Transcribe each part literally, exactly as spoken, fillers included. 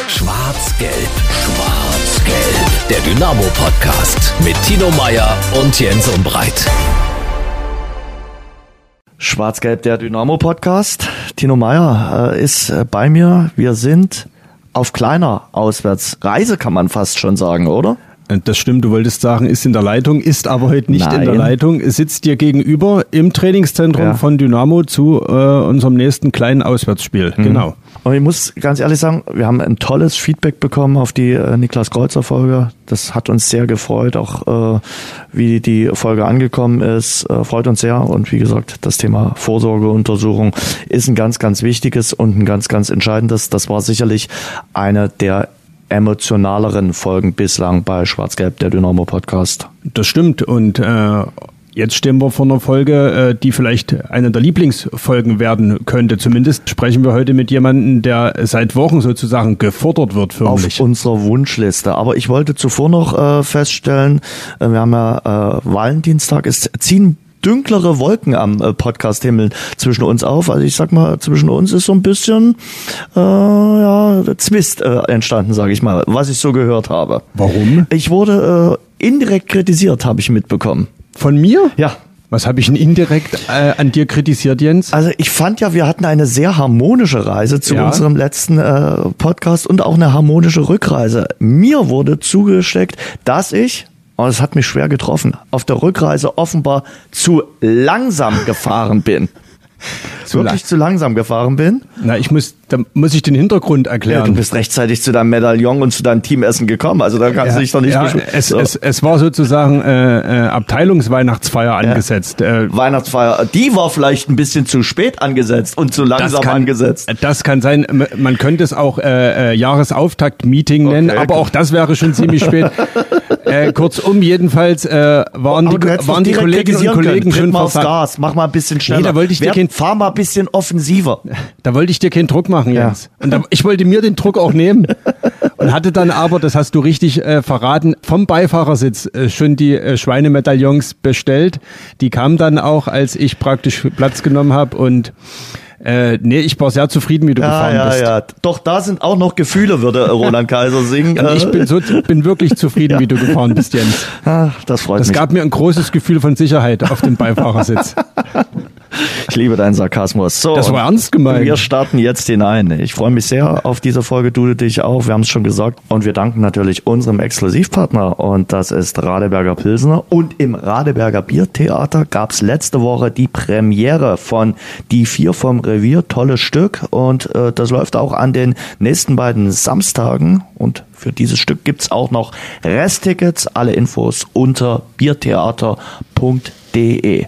Schwarz-Gelb, Schwarz-Gelb. Der Dynamo-Podcast mit Tino Meyer und Jens Umbreit. Schwarz-Gelb, der Dynamo-Podcast. Tino Meyer äh, ist äh, bei mir. Wir sind auf kleiner Auswärtsreise, kann man fast schon sagen, oder? Das stimmt, du wolltest sagen, ist in der Leitung, ist aber heute nicht Nein. in der Leitung. Es sitzt dir gegenüber im Trainingszentrum ja. von Dynamo zu äh, unserem nächsten kleinen Auswärtsspiel. Mhm. Genau. Und ich muss ganz ehrlich sagen, wir haben ein tolles Feedback bekommen auf die äh, Niklas Kreuzer Folge. Das hat uns sehr gefreut, auch äh, wie die Folge angekommen ist, äh, freut uns sehr. Und wie gesagt, das Thema Vorsorgeuntersuchung ist ein ganz, ganz wichtiges und ein ganz, ganz entscheidendes. Das war sicherlich eine der emotionaleren Folgen bislang bei Schwarz-Gelb, der Dynamo-Podcast. Das stimmt und äh, jetzt stehen wir vor einer Folge, äh, die vielleicht eine der Lieblingsfolgen werden könnte. Zumindest sprechen wir heute mit jemandem, der seit Wochen sozusagen gefordert wird förmlich. Auf unserer Wunschliste. Aber ich wollte zuvor noch äh, feststellen, äh, wir haben ja äh, Valentinstag, es ziehen dünklere Wolken am äh, Podcast-Himmel zwischen uns auf. Also ich sag mal, zwischen uns ist so ein bisschen äh, ja, Zwist äh, entstanden, sage ich mal, was ich so gehört habe. Warum? Ich wurde äh, indirekt kritisiert, habe ich mitbekommen. Von mir? Ja. Was habe ich denn indirekt äh, an dir kritisiert, Jens? Also ich fand ja, wir hatten eine sehr harmonische Reise zu ja. unserem letzten äh, Podcast und auch eine harmonische Rückreise. Mir wurde zugesteckt, dass ich... Und es hat mich schwer getroffen. Auf der Rückreise offenbar zu langsam gefahren bin. Zu Wirklich lang. zu langsam gefahren bin? Na, ich muss, da muss ich den Hintergrund erklären. Ja, du bist rechtzeitig zu deinem Medaillon und zu deinem Teamessen gekommen. Also da kannst du ja, dich doch nicht ja, beschweren. Es, so. es, es war sozusagen äh, äh, Abteilungsweihnachtsfeier angesetzt. Ja. Äh, Weihnachtsfeier, die war vielleicht ein bisschen zu spät angesetzt und zu langsam kann, angesetzt. Das kann sein. Man könnte es auch äh, äh, Jahresauftakt-Meeting okay, nennen, aber auch das wäre schon ziemlich spät. Äh, kurzum, jedenfalls äh, waren oh, die, waren die Kolleginnen und Kollegen schon mal aufs Gas, mach mal ein bisschen schneller. Nee, da wollte ich dir kein, fahr mal ein bisschen offensiver. Da wollte ich dir keinen Druck machen, Jens. Ja. Und da, ich wollte mir den Druck auch nehmen. Und hatte dann aber, das hast du richtig äh, verraten, vom Beifahrersitz äh, schon die äh, Schweinemedaillons bestellt. Die kamen dann auch, als ich praktisch Platz genommen habe und Äh, nee, ich war sehr zufrieden, wie du ja, gefahren ja, bist. Ja, ja. Doch da sind auch noch Gefühle, würde Roland Kaiser singen. Ich bin, so, bin wirklich zufrieden, ja. wie du gefahren bist, Jens. Ach, das freut das mich. Das gab mir ein großes Gefühl von Sicherheit auf dem Beifahrersitz. Ich liebe deinen Sarkasmus. So, das war ernst gemeint. Wir starten jetzt hinein. Ich freue mich sehr auf diese Folge, du dich auch. Wir haben es schon gesagt. Und wir danken natürlich unserem Exklusivpartner. Und das ist Radeberger Pilsner. Und im Radeberger Biertheater gab es letzte Woche die Premiere von Die Vier vom Revier. Tolles Stück. Und äh, das läuft auch an den nächsten beiden Samstagen. Und für dieses Stück gibt's auch noch Resttickets. Alle Infos unter biertheater punkt de.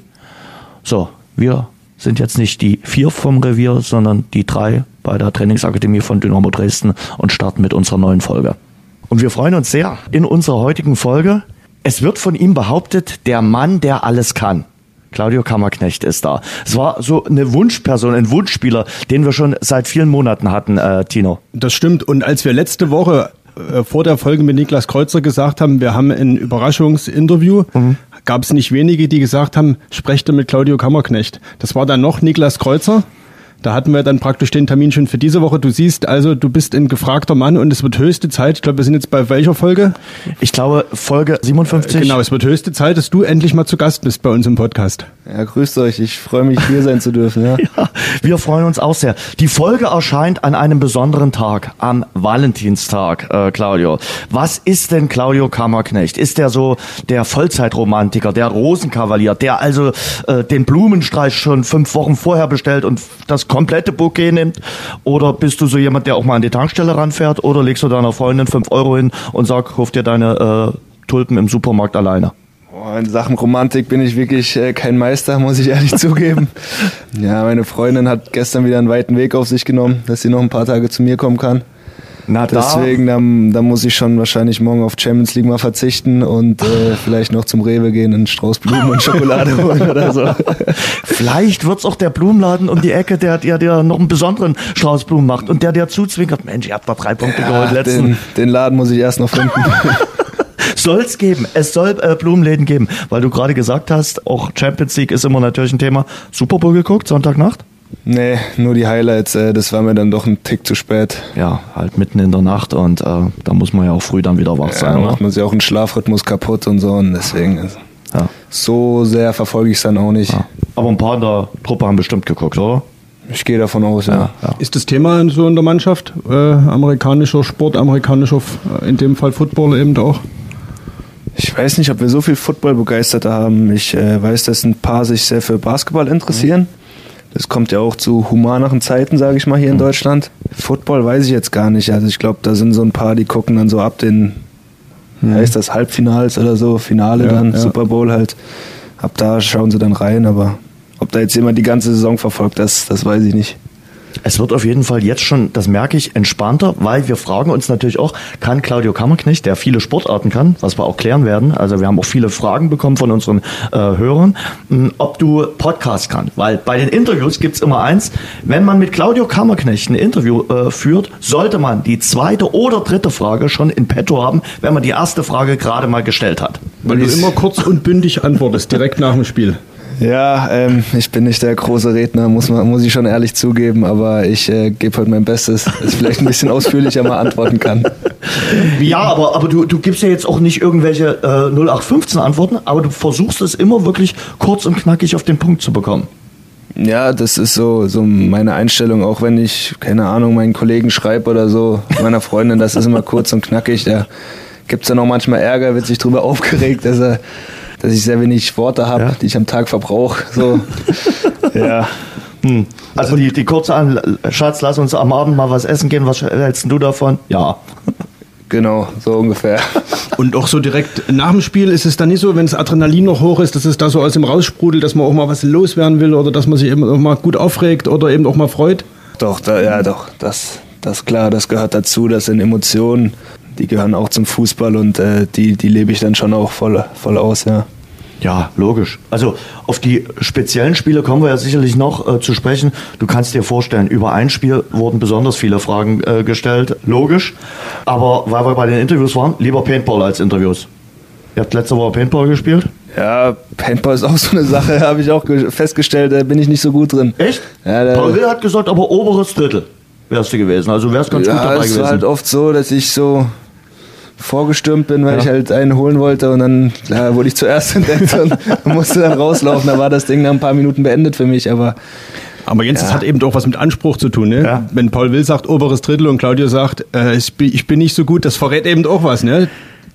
So, wir sind jetzt nicht die vier vom Revier, sondern die drei bei der Trainingsakademie von Dynamo Dresden und starten mit unserer neuen Folge. Und wir freuen uns sehr in unserer heutigen Folge. Es wird von ihm behauptet, der Mann, der alles kann. Claudio Kammerknecht ist da. Es war so eine Wunschperson, ein Wunschspieler, den wir schon seit vielen Monaten hatten, äh, Tino. Das stimmt. Und als wir letzte Woche äh, vor der Folge mit Niklas Kreuzer gesagt haben, wir haben ein Überraschungsinterview, mhm. gab es nicht wenige, die gesagt haben, sprecht ihr mit Claudio Kammerknecht. Das war dann noch Niklas Kreuzer. Da hatten wir dann praktisch den Termin schon für diese Woche. Du siehst also, du bist ein gefragter Mann und es wird höchste Zeit. Ich glaube, wir sind jetzt bei welcher Folge? Ich glaube, Folge siebenundfünfzig. Genau, es wird höchste Zeit, dass du endlich mal zu Gast bist bei uns im Podcast. Ja, grüßt euch. Ich freue mich, hier sein zu dürfen. Ja. Ja, wir freuen uns auch sehr. Die Folge erscheint an einem besonderen Tag, am Valentinstag, äh, Claudio. Was ist denn Claudio Kammerknecht? Ist der so der Vollzeitromantiker, der Rosenkavalier, der also äh, den Blumenstreich schon fünf Wochen vorher bestellt und das komplette Bouquet nimmt? Oder bist du so jemand, der auch mal an die Tankstelle ranfährt? Oder legst du deiner Freundin fünf Euro hin und sagst, kauf dir deine äh, Tulpen im Supermarkt alleine? Oh, in Sachen Romantik bin ich wirklich äh, kein Meister, muss ich ehrlich zugeben. Ja, meine Freundin hat gestern wieder einen weiten Weg auf sich genommen, dass sie noch ein paar Tage zu mir kommen kann. Na da. Deswegen, da, da muss ich schon wahrscheinlich morgen auf Champions League mal verzichten und äh, vielleicht noch zum Rewe gehen, einen Strauß Blumen und Schokolade holen oder so. Vielleicht wird's auch der Blumenladen um die Ecke, der dir der noch einen besonderen Strauß Blumen macht und der dir zuzwinkert. Mensch, ihr habt da drei Punkte ja, geholt letzten. Den, den Laden muss ich erst noch finden. Soll's geben. Es soll äh, Blumenläden geben, weil du gerade gesagt hast, auch Champions League ist immer natürlich ein Thema. Super Bowl geguckt, Sonntagnacht? Nee, nur die Highlights, äh, das war mir dann doch ein Tick zu spät. Ja, halt mitten in der Nacht und äh, da muss man ja auch früh dann wieder wach Ja, sein, da oder? macht man sich auch einen Schlafrhythmus kaputt und so und deswegen, also, Ja. so sehr verfolge ich es dann auch nicht. Ja. Aber ein paar in der Truppe haben bestimmt geguckt, oder? Ich gehe davon aus, ja. Ja. Ist das Thema so in der Mannschaft? Äh, amerikanischer Sport, amerikanischer, in dem Fall Football eben auch? Ich weiß nicht, ob wir so viel Football-Begeisterte haben. Ich äh, weiß, dass ein paar sich sehr für Basketball interessieren. Das kommt ja auch zu humaneren Zeiten, sage ich mal, hier in Deutschland. Football weiß ich jetzt gar nicht. Also ich glaube, da sind so ein paar, die gucken dann so ab den, wie heißt das, Halbfinals oder so, Finale Ja, dann, ja. Super Bowl halt. Ab da schauen sie dann rein, aber ob da jetzt jemand die ganze Saison verfolgt, das, das weiß ich nicht. Es wird auf jeden Fall jetzt schon, das merke ich, entspannter, weil wir fragen uns natürlich auch, kann Claudio Kammerknecht, der viele Sportarten kann, was wir auch klären werden, also wir haben auch viele Fragen bekommen von unseren äh, Hörern, mh, ob du Podcast kannst, weil bei den Interviews gibt's immer eins, wenn man mit Claudio Kammerknecht ein Interview äh, führt, sollte man die zweite oder dritte Frage schon in petto haben, wenn man die erste Frage gerade mal gestellt hat. Weil du immer kurz und bündig antwortest, direkt nach dem Spiel. Ja, ähm, ich bin nicht der große Redner, muss man, muss ich schon ehrlich zugeben, aber ich äh, gebe heute mein Bestes, dass ich vielleicht ein bisschen ausführlicher mal antworten kann. Ja, aber, aber du, du gibst ja jetzt auch nicht irgendwelche äh, null acht fünfzehn Antworten, aber du versuchst es immer wirklich kurz und knackig auf den Punkt zu bekommen. Ja, das ist so, so meine Einstellung, auch wenn ich, keine Ahnung, meinen Kollegen schreibe oder so, meiner Freundin, das ist immer kurz und knackig, da gibt's dann auch manchmal Ärger, wird sich drüber aufgeregt, dass er dass ich sehr wenig Worte habe, Ja. die ich am Tag verbrauche. So. Ja. Hm. Also die, die kurze An, Schatz, lass uns am Abend mal was essen gehen, was hältst du davon? Ja. Genau, so ungefähr. Und auch so direkt nach dem Spiel ist es dann nicht so, wenn das Adrenalin noch hoch ist, dass es da so aus dem raussprudelt, dass man auch mal was loswerden will oder dass man sich eben auch mal gut aufregt oder eben auch mal freut? Doch, da, ja doch, das, das klar, das gehört dazu, das sind Emotionen, die gehören auch zum Fußball und äh, die, die lebe ich dann schon auch voll, voll aus, ja. Ja, logisch. Also auf die speziellen Spiele kommen wir ja sicherlich noch äh, zu sprechen. Du kannst dir vorstellen, über ein Spiel wurden besonders viele Fragen äh, gestellt. Logisch. Aber weil wir bei den Interviews waren, lieber Paintball als Interviews. Ihr habt letzte Woche Paintball gespielt? Ja, Paintball ist auch so eine Sache, habe ich auch ge- festgestellt, da bin ich nicht so gut drin. Echt? Ja, da- Paul Will hat gesagt, aber oberes Drittel wärst du gewesen. Also wärst ganz gut Ja, dabei es gewesen. war halt oft so, dass ich so vorgestürmt bin, weil Ja. ich halt einen holen wollte und dann klar, wurde ich zuerst entdeckt und musste dann rauslaufen. Da war das Ding nach ein paar Minuten beendet für mich, aber Aber Jens, das Ja. hat eben auch was mit Anspruch zu tun. Ne? Ja. Wenn Paul Will sagt, oberes Drittel und Claudio sagt, äh, ich, bin, ich bin nicht so gut, das verrät eben auch was. Ne?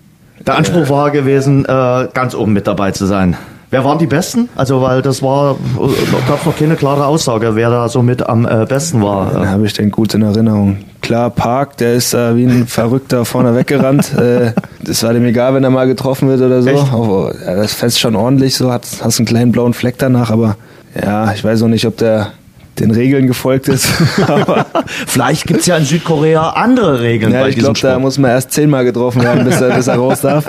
Der Anspruch war gewesen, äh, ganz oben mit dabei zu sein. Wer waren die Besten? Also, weil das war, gab es noch keine klare Aussage, wer da so mit am äh, besten war. dann habe ich den gut in Erinnerung. Klar, Park, der ist da wie ein Verrückter vorne weggerannt. äh, das war dem egal, wenn er mal getroffen wird oder so. Echt? Aber, ja, das fetzt schon ordentlich so, hat, hast einen kleinen blauen Fleck danach, aber ja, ich weiß auch nicht, ob der den Regeln gefolgt ist. aber Vielleicht gibt's ja in Südkorea andere Regeln ja, bei ich diesem glaube, da Sport. muss man erst zehnmal getroffen werden, bis er, bis er raus darf.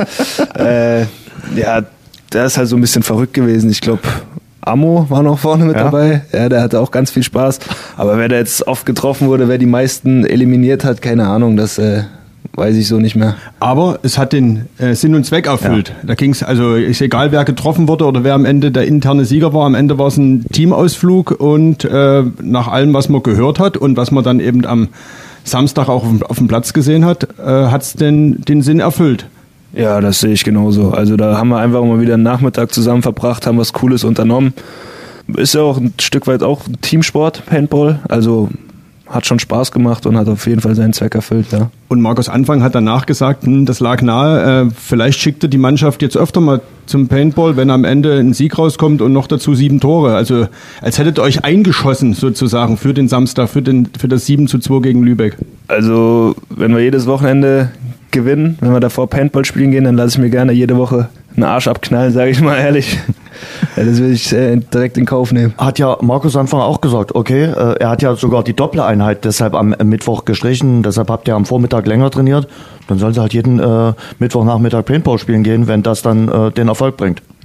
Äh, ja, der ist halt so ein bisschen verrückt gewesen. Ich glaube, Ammo war noch vorne mit Ja. dabei. Ja, der hatte auch ganz viel Spaß. Aber wer da jetzt oft getroffen wurde, wer die meisten eliminiert hat, keine Ahnung, das äh, weiß ich so nicht mehr. Aber es hat den äh, Sinn und Zweck erfüllt. Da ging es, also ist egal, wer getroffen wurde oder wer am Ende der interne Sieger war. Am Ende war es ein Teamausflug und äh, nach allem, was man gehört hat und was man dann eben am Samstag auch auf, dem- auf dem Platz gesehen hat, äh, hat es den, den Sinn erfüllt. Ja, das sehe ich genauso. Also da haben wir einfach mal wieder einen Nachmittag zusammen verbracht, haben was Cooles unternommen. Ist ja auch ein Stück weit auch ein Teamsport, Paintball. Also hat schon Spaß gemacht und hat auf jeden Fall seinen Zweck erfüllt, ja. Und Markus Anfang hat danach gesagt, hm, das lag nahe, äh, vielleicht schickte die Mannschaft jetzt öfter mal zum Paintball, wenn am Ende ein Sieg rauskommt und noch dazu sieben Tore. Also als hättet ihr euch eingeschossen sozusagen für den Samstag, für, den, für das sieben zu zwei gegen Lübeck. Also, wenn wir jedes Wochenende gewinnen, wenn wir davor Paintball spielen gehen, dann lasse ich mir gerne jede Woche einen Arsch abknallen, sage ich mal ehrlich. Ja, das will ich äh, direkt in Kauf nehmen. Hat ja Markus Anfang auch gesagt, okay, äh, er hat ja sogar die Doppeleinheit deshalb am äh, Mittwoch gestrichen, deshalb habt ihr am Vormittag länger trainiert, dann sollen sie halt jeden äh, Mittwochnachmittag Paintball spielen gehen, wenn das dann äh, den Erfolg bringt.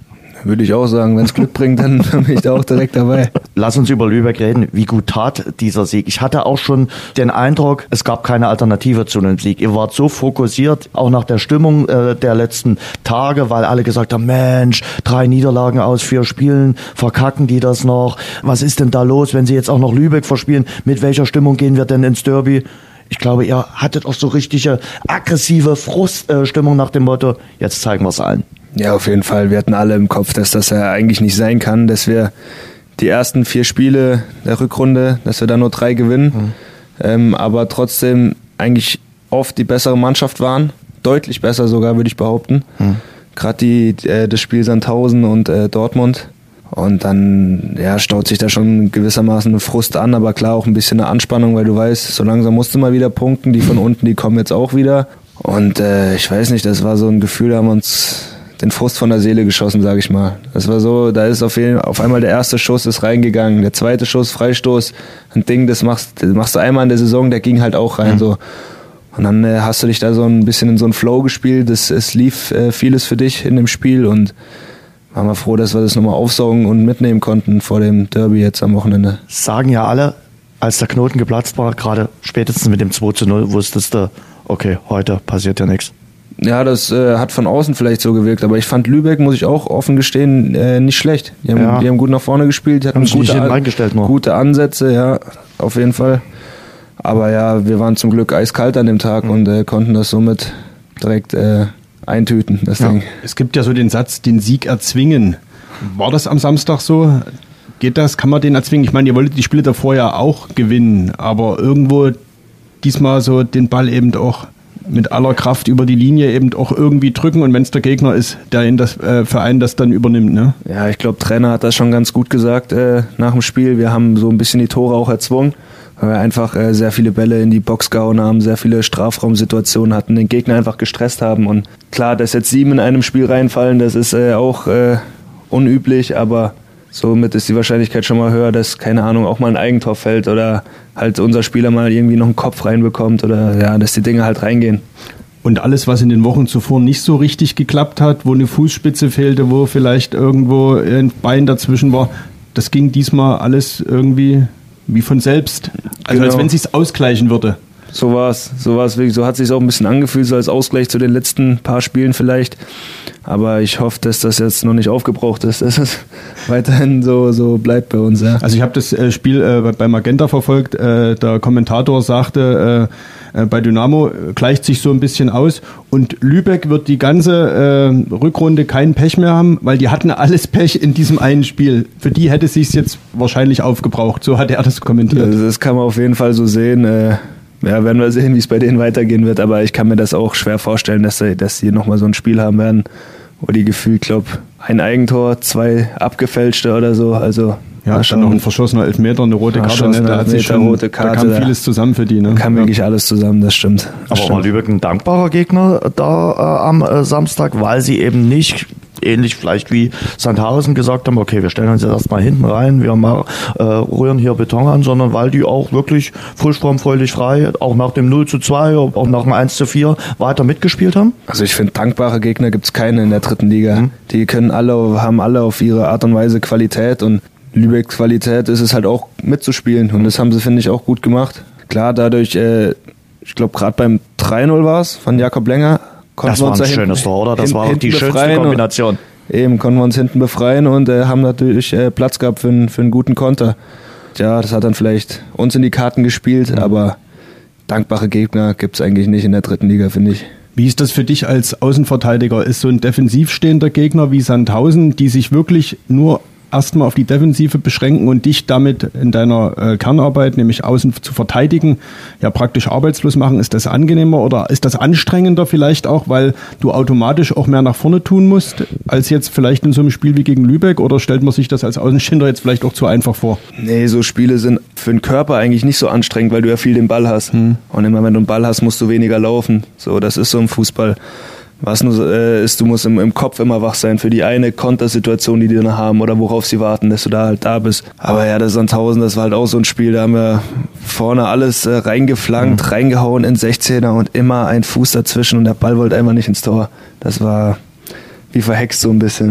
Würde ich auch sagen, wenn es Glück bringt, dann bin ich da auch direkt dabei. Lass uns über Lübeck reden. Wie gut tat dieser Sieg? Ich hatte auch schon den Eindruck, es gab keine Alternative zu einem Sieg. Ihr wart so fokussiert, auch nach der Stimmung äh, der letzten Tage, weil alle gesagt haben, Mensch, drei Niederlagen aus vier Spielen, verkacken die das noch? Was ist denn da los, wenn sie jetzt auch noch Lübeck verspielen? Mit welcher Stimmung gehen wir denn ins Derby? Ich glaube, ihr hattet auch so richtige aggressive Fruststimmung äh, nach dem Motto, jetzt zeigen wir es allen. Ja, auf jeden Fall. Wir hatten alle im Kopf, dass das ja eigentlich nicht sein kann, dass wir die ersten vier Spiele der Rückrunde, dass wir da nur drei gewinnen, mhm. ähm, aber trotzdem eigentlich oft die bessere Mannschaft waren. Deutlich besser sogar, würde ich behaupten. Mhm. Gerade die, äh, das Spiel Sandhausen und äh, Dortmund. Und dann ja, staut sich da schon gewissermaßen eine Frust an, aber klar auch ein bisschen eine Anspannung, weil du weißt, so langsam musst du mal wieder punkten. Die von unten, die kommen jetzt auch wieder. Und äh, ich weiß nicht, das war so ein Gefühl, da haben wir uns den Frust von der Seele geschossen, sage ich mal. Das war so, da ist auf, jeden, auf einmal der erste Schuss ist reingegangen, der zweite Schuss, Freistoß, ein Ding, das machst, das machst du einmal in der Saison, der ging halt auch rein. Mhm. So. Und dann äh, hast du dich da so ein bisschen in so einen Flow gespielt, das, es lief äh, vieles für dich in dem Spiel und waren wir froh, dass wir das nochmal aufsaugen und mitnehmen konnten vor dem Derby jetzt am Wochenende. Sagen ja alle, als der Knoten geplatzt war, gerade spätestens mit dem zwei zu null, wusstest du, okay, heute passiert ja nichts. Ja, das äh, hat von außen vielleicht so gewirkt, aber ich fand Lübeck, muss ich auch offen gestehen, äh, nicht schlecht. Die haben, ja. die haben gut nach vorne gespielt, die hatten gute, An- gute Ansätze, ja, auf jeden Fall. Aber ja, wir waren zum Glück eiskalt an dem Tag mhm. und äh, konnten das somit direkt äh, eintüten, das ja. Ding. Es gibt ja so den Satz, den Sieg erzwingen. War das am Samstag so? Geht das? Kann man den erzwingen? Ich meine, ihr wolltet die Spiele davor ja auch gewinnen, aber irgendwo diesmal so den Ball eben auch mit aller Kraft über die Linie eben auch irgendwie drücken und wenn es der Gegner ist, der in das äh, Verein das dann übernimmt, ne? Ja, ich glaube, Trainer hat das schon ganz gut gesagt äh, nach dem Spiel. Wir haben so ein bisschen die Tore auch erzwungen, weil wir einfach äh, sehr viele Bälle in die Box gehauen haben, sehr viele Strafraumsituationen hatten, den Gegner einfach gestresst haben und klar, dass jetzt sieben in einem Spiel reinfallen, das ist äh, auch äh, unüblich, aber somit ist die Wahrscheinlichkeit schon mal höher, dass, keine Ahnung, auch mal ein Eigentor fällt oder halt unser Spieler mal irgendwie noch einen Kopf reinbekommt oder ja, dass die Dinge halt reingehen. Und alles, was in den Wochen zuvor nicht so richtig geklappt hat, wo eine Fußspitze fehlte, wo vielleicht irgendwo ein Bein dazwischen war, das ging diesmal alles irgendwie wie von selbst. Also genau. Als wenn es sich ausgleichen würde. So war es, so war es wirklich, so hat es sich auch ein bisschen angefühlt, so als Ausgleich zu den letzten paar Spielen vielleicht. Aber ich hoffe, dass das jetzt noch nicht aufgebraucht ist, dass es weiterhin so, so bleibt bei uns. Ja. Also ich habe das äh, Spiel äh, bei Magenta verfolgt, äh, der Kommentator sagte, äh, äh, bei Dynamo gleicht sich so ein bisschen aus und Lübeck wird die ganze äh, Rückrunde kein Pech mehr haben, weil die hatten alles Pech in diesem einen Spiel. Für die hätte es sich jetzt wahrscheinlich aufgebraucht, so hat er das kommentiert. Das, das kann man auf jeden Fall so sehen. Äh Ja, werden wir sehen, wie es bei denen weitergehen wird, aber ich kann mir das auch schwer vorstellen, dass sie, dass sie nochmal so ein Spiel haben werden, wo die gefühlt, glaube ein Eigentor, zwei abgefälschte oder so, also ja, dann noch ein verschossener Elfmeter, eine rote Karte, ne? Da hat sich schon, rote Karte, da kam vieles zusammen für die. Ne? Da kam wirklich ja. alles zusammen, das stimmt. Das aber stimmt. war Lübeck ein dankbarer Gegner da äh, am äh, Samstag, weil sie eben nicht, ähnlich vielleicht wie Sandhausen, gesagt haben, okay, wir stellen uns jetzt erstmal hinten rein, wir mal, äh, rühren hier Beton an, sondern weil die auch wirklich frisch, fromm, fröhlich, frei, auch nach dem null zu zwei, auch nach dem eins zu vier weiter mitgespielt haben? Also ich finde, dankbare Gegner gibt es keine in der dritten Liga. Mhm. Die können alle, haben alle auf ihre Art und Weise Qualität und Lübecks Qualität ist es halt auch mitzuspielen und das haben sie, finde ich, auch gut gemacht. Klar, dadurch, äh, ich glaube gerade beim drei null war es von Jakob Länger. Das war ein da schönes Tor, oder? Das hin, war auch die schönste Kombination. Eben, konnten wir uns hinten befreien und äh, haben natürlich äh, Platz gehabt für, einen, für einen guten Konter. Ja, das hat dann vielleicht uns in die Karten gespielt, mhm. aber dankbare Gegner gibt es eigentlich nicht in der dritten Liga, finde ich. Wie ist das für dich als Außenverteidiger? Ist so ein defensiv stehender Gegner wie Sandhausen, die sich wirklich nur erstmal auf die Defensive beschränken und dich damit in deiner äh, Kernarbeit, nämlich außen zu verteidigen, ja praktisch arbeitslos machen? Ist das angenehmer oder ist das anstrengender vielleicht auch, weil du automatisch auch mehr nach vorne tun musst, als jetzt vielleicht in so einem Spiel wie gegen Lübeck? Oder stellt man sich das als Außenstehender jetzt vielleicht auch zu einfach vor? Nee, so Spiele sind für den Körper eigentlich nicht so anstrengend, weil du ja viel den Ball hast. Hm. Und immer wenn du einen Ball hast, musst du weniger laufen. So, das ist so im Fußball. Was nur äh, ist, du musst im, im Kopf immer wach sein für die eine Kontersituation, die die dann haben oder worauf sie warten, dass du da halt da bist. Aber ja, das Sandhausen, das war halt auch so ein Spiel, da haben wir vorne alles äh, reingeflankt, mhm. reingehauen in sechzehner und immer ein Fuß dazwischen und der Ball wollte einfach nicht ins Tor. Das war wie verhext so ein bisschen, ja.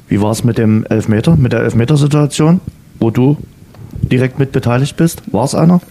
Wie war es mit dem Elfmeter, mit der Elfmetersituation, wo du direkt mit beteiligt bist? War es einer?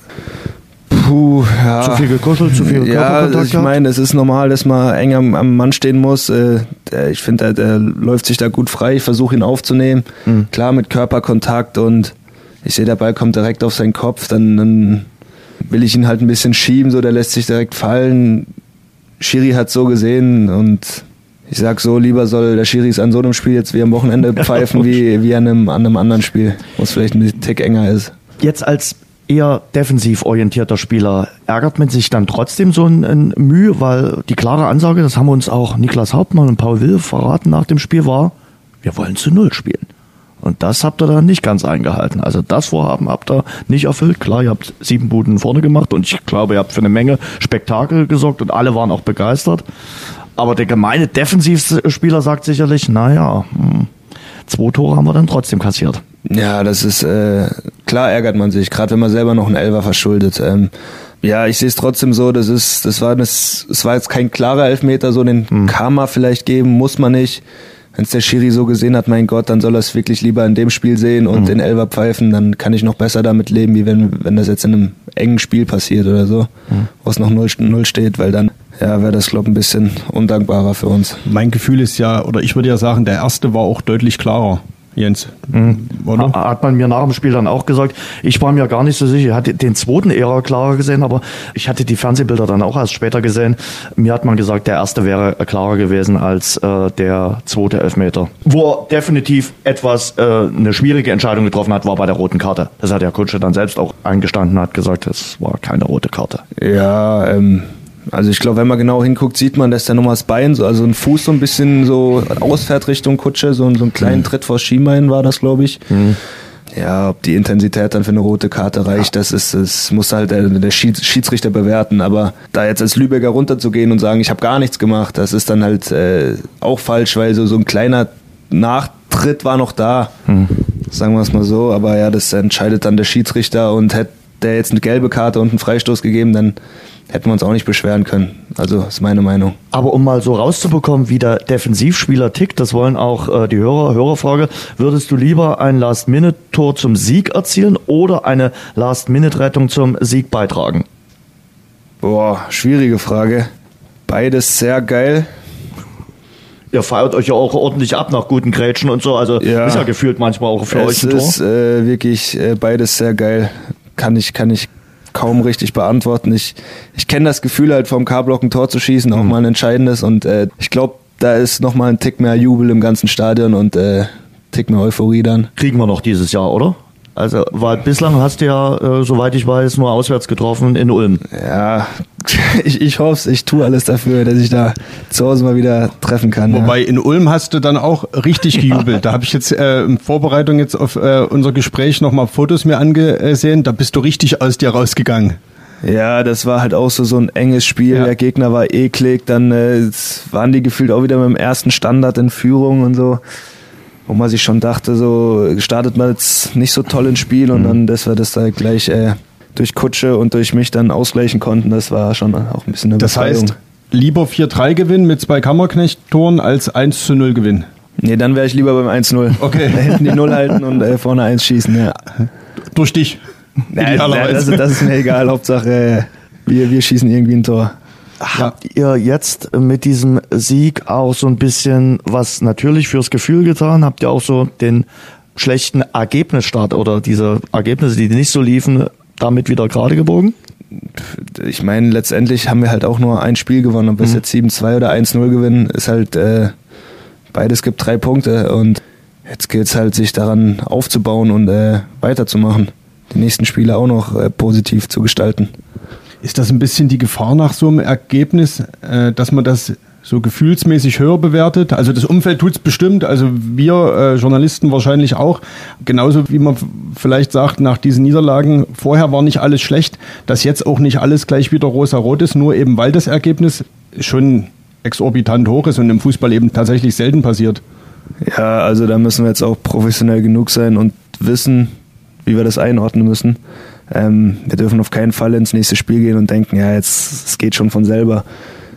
Puh, ja. Zu viel gekuschelt, zu viel Ja, Körperkontakt ich meine, es ist normal, dass man eng am, am Mann stehen muss. Äh, der, ich finde, der, der läuft sich da gut frei. Ich versuche ihn aufzunehmen. Mhm. Klar mit Körperkontakt und ich sehe, der Ball kommt direkt auf seinen Kopf. Dann, dann will ich ihn halt ein bisschen schieben, so der lässt sich direkt fallen. Schiri hat so gesehen und ich sag so, lieber soll der Schiri an so einem Spiel jetzt wie am Wochenende pfeifen, wie, wie an, einem, an einem anderen Spiel, wo es vielleicht ein Tick enger ist. Jetzt als eher defensiv orientierter Spieler, ärgert man sich dann trotzdem so ein, ein Mühe, weil die klare Ansage, das haben uns auch Niklas Hauptmann und Paul Will verraten nach dem Spiel, war, wir wollen zu Null spielen. Und das habt ihr dann nicht ganz eingehalten. Also das Vorhaben habt ihr nicht erfüllt. Klar, ihr habt sieben Buden vorne gemacht und ich glaube, ihr habt für eine Menge Spektakel gesorgt und alle waren auch begeistert. Aber der gemeine Defensivspieler sagt sicherlich, naja, hm, zwei Tore haben wir dann trotzdem kassiert. Ja, das ist, äh, klar ärgert man sich, gerade wenn man selber noch einen Elfer verschuldet. Ähm, ja, ich sehe es trotzdem so, das ist, das war, das, das war jetzt kein klarer Elfmeter, so den hm. kann man vielleicht geben, muss man nicht. Wenn es der Schiri so gesehen hat, mein Gott, dann soll er es wirklich lieber in dem Spiel sehen und mhm. den Elfer pfeifen, dann kann ich noch besser damit leben, wie wenn, wenn das jetzt in einem engen Spiel passiert oder so, mhm. wo es noch null steht, weil dann ja, wäre das, glaube ich, ein bisschen undankbarer für uns. Mein Gefühl ist ja, oder ich würde ja sagen, der erste war auch deutlich klarer. Jens, mhm. oder? Hat man mir nach dem Spiel dann auch gesagt, ich war mir gar nicht so sicher, ich hatte den zweiten eher klarer gesehen, aber ich hatte die Fernsehbilder dann auch erst später gesehen. Mir hat man gesagt, der erste wäre klarer gewesen als äh, der zweite Elfmeter. Wo er definitiv etwas, äh, eine schwierige Entscheidung getroffen hat, war bei der roten Karte. Das hat der Kutsche dann selbst auch eingestanden, hat gesagt, es war keine rote Karte. Ja, ähm... Also ich glaube, wenn man genau hinguckt, sieht man, dass der nochmal das Bein, so, also ein Fuß so ein bisschen so ausfährt Richtung Kutsche, so, so einen kleinen mhm. Tritt vor Schienbein war das, glaube ich. Mhm. Ja, ob die Intensität dann für eine rote Karte reicht, ja. das ist, das muss halt der, der Schiedsrichter bewerten. Aber da jetzt als Lübecker runterzugehen und sagen, ich habe gar nichts gemacht, das ist dann halt äh, auch falsch, weil so, so ein kleiner Nachtritt war noch da, mhm. sagen wir es mal so. Aber ja, das entscheidet dann der Schiedsrichter und hätte der jetzt eine gelbe Karte und einen Freistoß gegeben, dann hätten wir uns auch nicht beschweren können. Also, ist meine Meinung. Aber um mal so rauszubekommen, wie der Defensivspieler tickt, das wollen auch äh, die Hörer, Hörerfrage, würdest du lieber ein Last-Minute-Tor zum Sieg erzielen oder eine Last-Minute-Rettung zum Sieg beitragen? Boah, schwierige Frage. Beides sehr geil. Ihr feiert euch ja auch ordentlich ab nach guten Grätschen und so, also ja, ist ja gefühlt manchmal auch für euch ein Tor. Es ist äh, wirklich äh, beides sehr geil. Kann ich, kann ich kaum richtig beantworten. Ich, ich kenne das Gefühl halt vom K-Block ein Tor zu schießen, auch mhm. mal ein entscheidendes und äh, ich glaube, da ist nochmal ein Tick mehr Jubel im ganzen Stadion und äh, Tick mehr Euphorie dann. Kriegen wir noch dieses Jahr, oder? Also, weil bislang hast du ja, äh, soweit ich weiß, nur auswärts getroffen in Ulm. Ja, ich, ich hoffe es, ich tue alles dafür, dass ich da zu Hause mal wieder treffen kann. Wobei ja. in Ulm hast du dann auch richtig gejubelt. Ja. Da habe ich jetzt äh, in Vorbereitung jetzt auf äh, unser Gespräch nochmal Fotos mir angesehen. Da bist du richtig aus dir rausgegangen. Ja, das war halt auch so, so ein enges Spiel. Ja. Der Gegner war eklig. Dann äh, waren die gefühlt auch wieder mit dem ersten Standard in Führung und so. Wo man sich schon dachte, so startet man jetzt nicht so toll ins Spiel und mhm. dann, dass wir das da gleich äh, durch Kutsche und durch mich dann ausgleichen konnten, das war schon auch ein bisschen eine Das Befreiung. Heißt, lieber vier drei Gewinn mit zwei Kammerknecht-Toren als eins zu null Gewinn? Nee, dann wäre ich lieber beim eins null. Okay. Da hinten die Null halten und äh, vorne eins schießen, ja. Durch dich? Nein, nein, das, das ist mir egal, Hauptsache äh, wir, wir schießen irgendwie ein Tor. Habt ihr jetzt mit diesem Sieg auch so ein bisschen was natürlich fürs Gefühl getan? Habt ihr auch so den schlechten Ergebnisstart oder diese Ergebnisse, die nicht so liefen, damit wieder gerade gebogen? Ich meine, letztendlich haben wir halt auch nur ein Spiel gewonnen. Ob wir mhm. jetzt sieben zwei oder eins null gewinnen, ist halt, äh, beides gibt drei Punkte und jetzt gilt es halt, sich daran aufzubauen und äh, weiterzumachen. Die nächsten Spiele auch noch äh, positiv zu gestalten. Ist das ein bisschen die Gefahr nach so einem Ergebnis, dass man das so gefühlsmäßig höher bewertet? Also das Umfeld tut's bestimmt, also wir äh, Journalisten wahrscheinlich auch. Genauso wie man vielleicht sagt, nach diesen Niederlagen, vorher war nicht alles schlecht, dass jetzt auch nicht alles gleich wieder rosa-rot ist, nur eben weil das Ergebnis schon exorbitant hoch ist und im Fußball eben tatsächlich selten passiert. Ja, also da müssen wir jetzt auch professionell genug sein und wissen, wie wir das einordnen müssen. Ähm, wir dürfen auf keinen Fall ins nächste Spiel gehen und denken, ja, jetzt es geht schon von selber.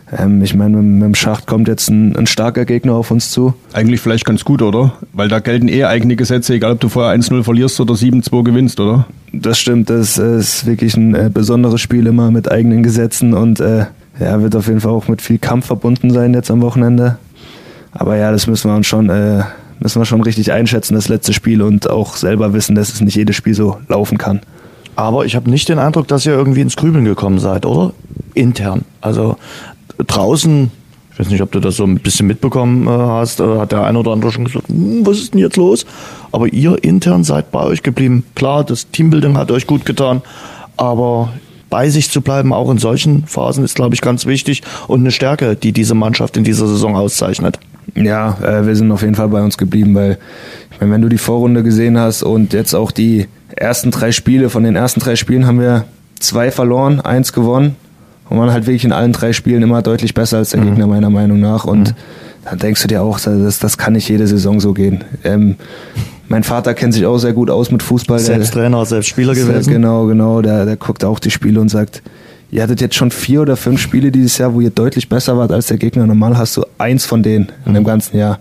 Ähm, ich meine, mit, mit dem Schacht kommt jetzt ein, ein starker Gegner auf uns zu. Eigentlich vielleicht ganz gut, oder? Weil da gelten eh eigene Gesetze, egal ob du vorher eins null verlierst oder sieben zwei gewinnst, oder? Das stimmt, das ist wirklich ein äh, besonderes Spiel immer mit eigenen Gesetzen und äh, ja, wird auf jeden Fall auch mit viel Kampf verbunden sein jetzt am Wochenende. Aber ja, das müssen wir uns schon, äh, müssen wir schon richtig einschätzen, das letzte Spiel, und auch selber wissen, dass es nicht jedes Spiel so laufen kann. Aber ich habe nicht den Eindruck, dass ihr irgendwie ins Grübeln gekommen seid, oder? Intern. Also draußen, ich weiß nicht, ob du das so ein bisschen mitbekommen äh, hast, äh, hat der eine oder andere schon gesagt, hm, was ist denn jetzt los? Aber ihr intern seid bei euch geblieben. Klar, das Teambuilding hat euch gut getan, aber bei sich zu bleiben, auch in solchen Phasen, ist, glaube ich, ganz wichtig und eine Stärke, die diese Mannschaft in dieser Saison auszeichnet. Ja, äh, wir sind auf jeden Fall bei uns geblieben, weil ich meine, wenn du die Vorrunde gesehen hast und jetzt auch die ersten drei Spiele, von den ersten drei Spielen haben wir zwei verloren, eins gewonnen und waren halt wirklich in allen drei Spielen immer deutlich besser als der mhm. Gegner, meiner Meinung nach. Und mhm. dann denkst du dir auch, das, das kann nicht jede Saison so gehen. Ähm, Mein Vater kennt sich auch sehr gut aus mit Fußball. Selbst der, Trainer, selbst Spieler gewesen. Genau, genau. Der, der guckt auch die Spiele und sagt, ihr hattet jetzt schon vier oder fünf Spiele dieses Jahr, wo ihr deutlich besser wart als der Gegner. Normal hast du eins von denen in dem ganzen Jahr.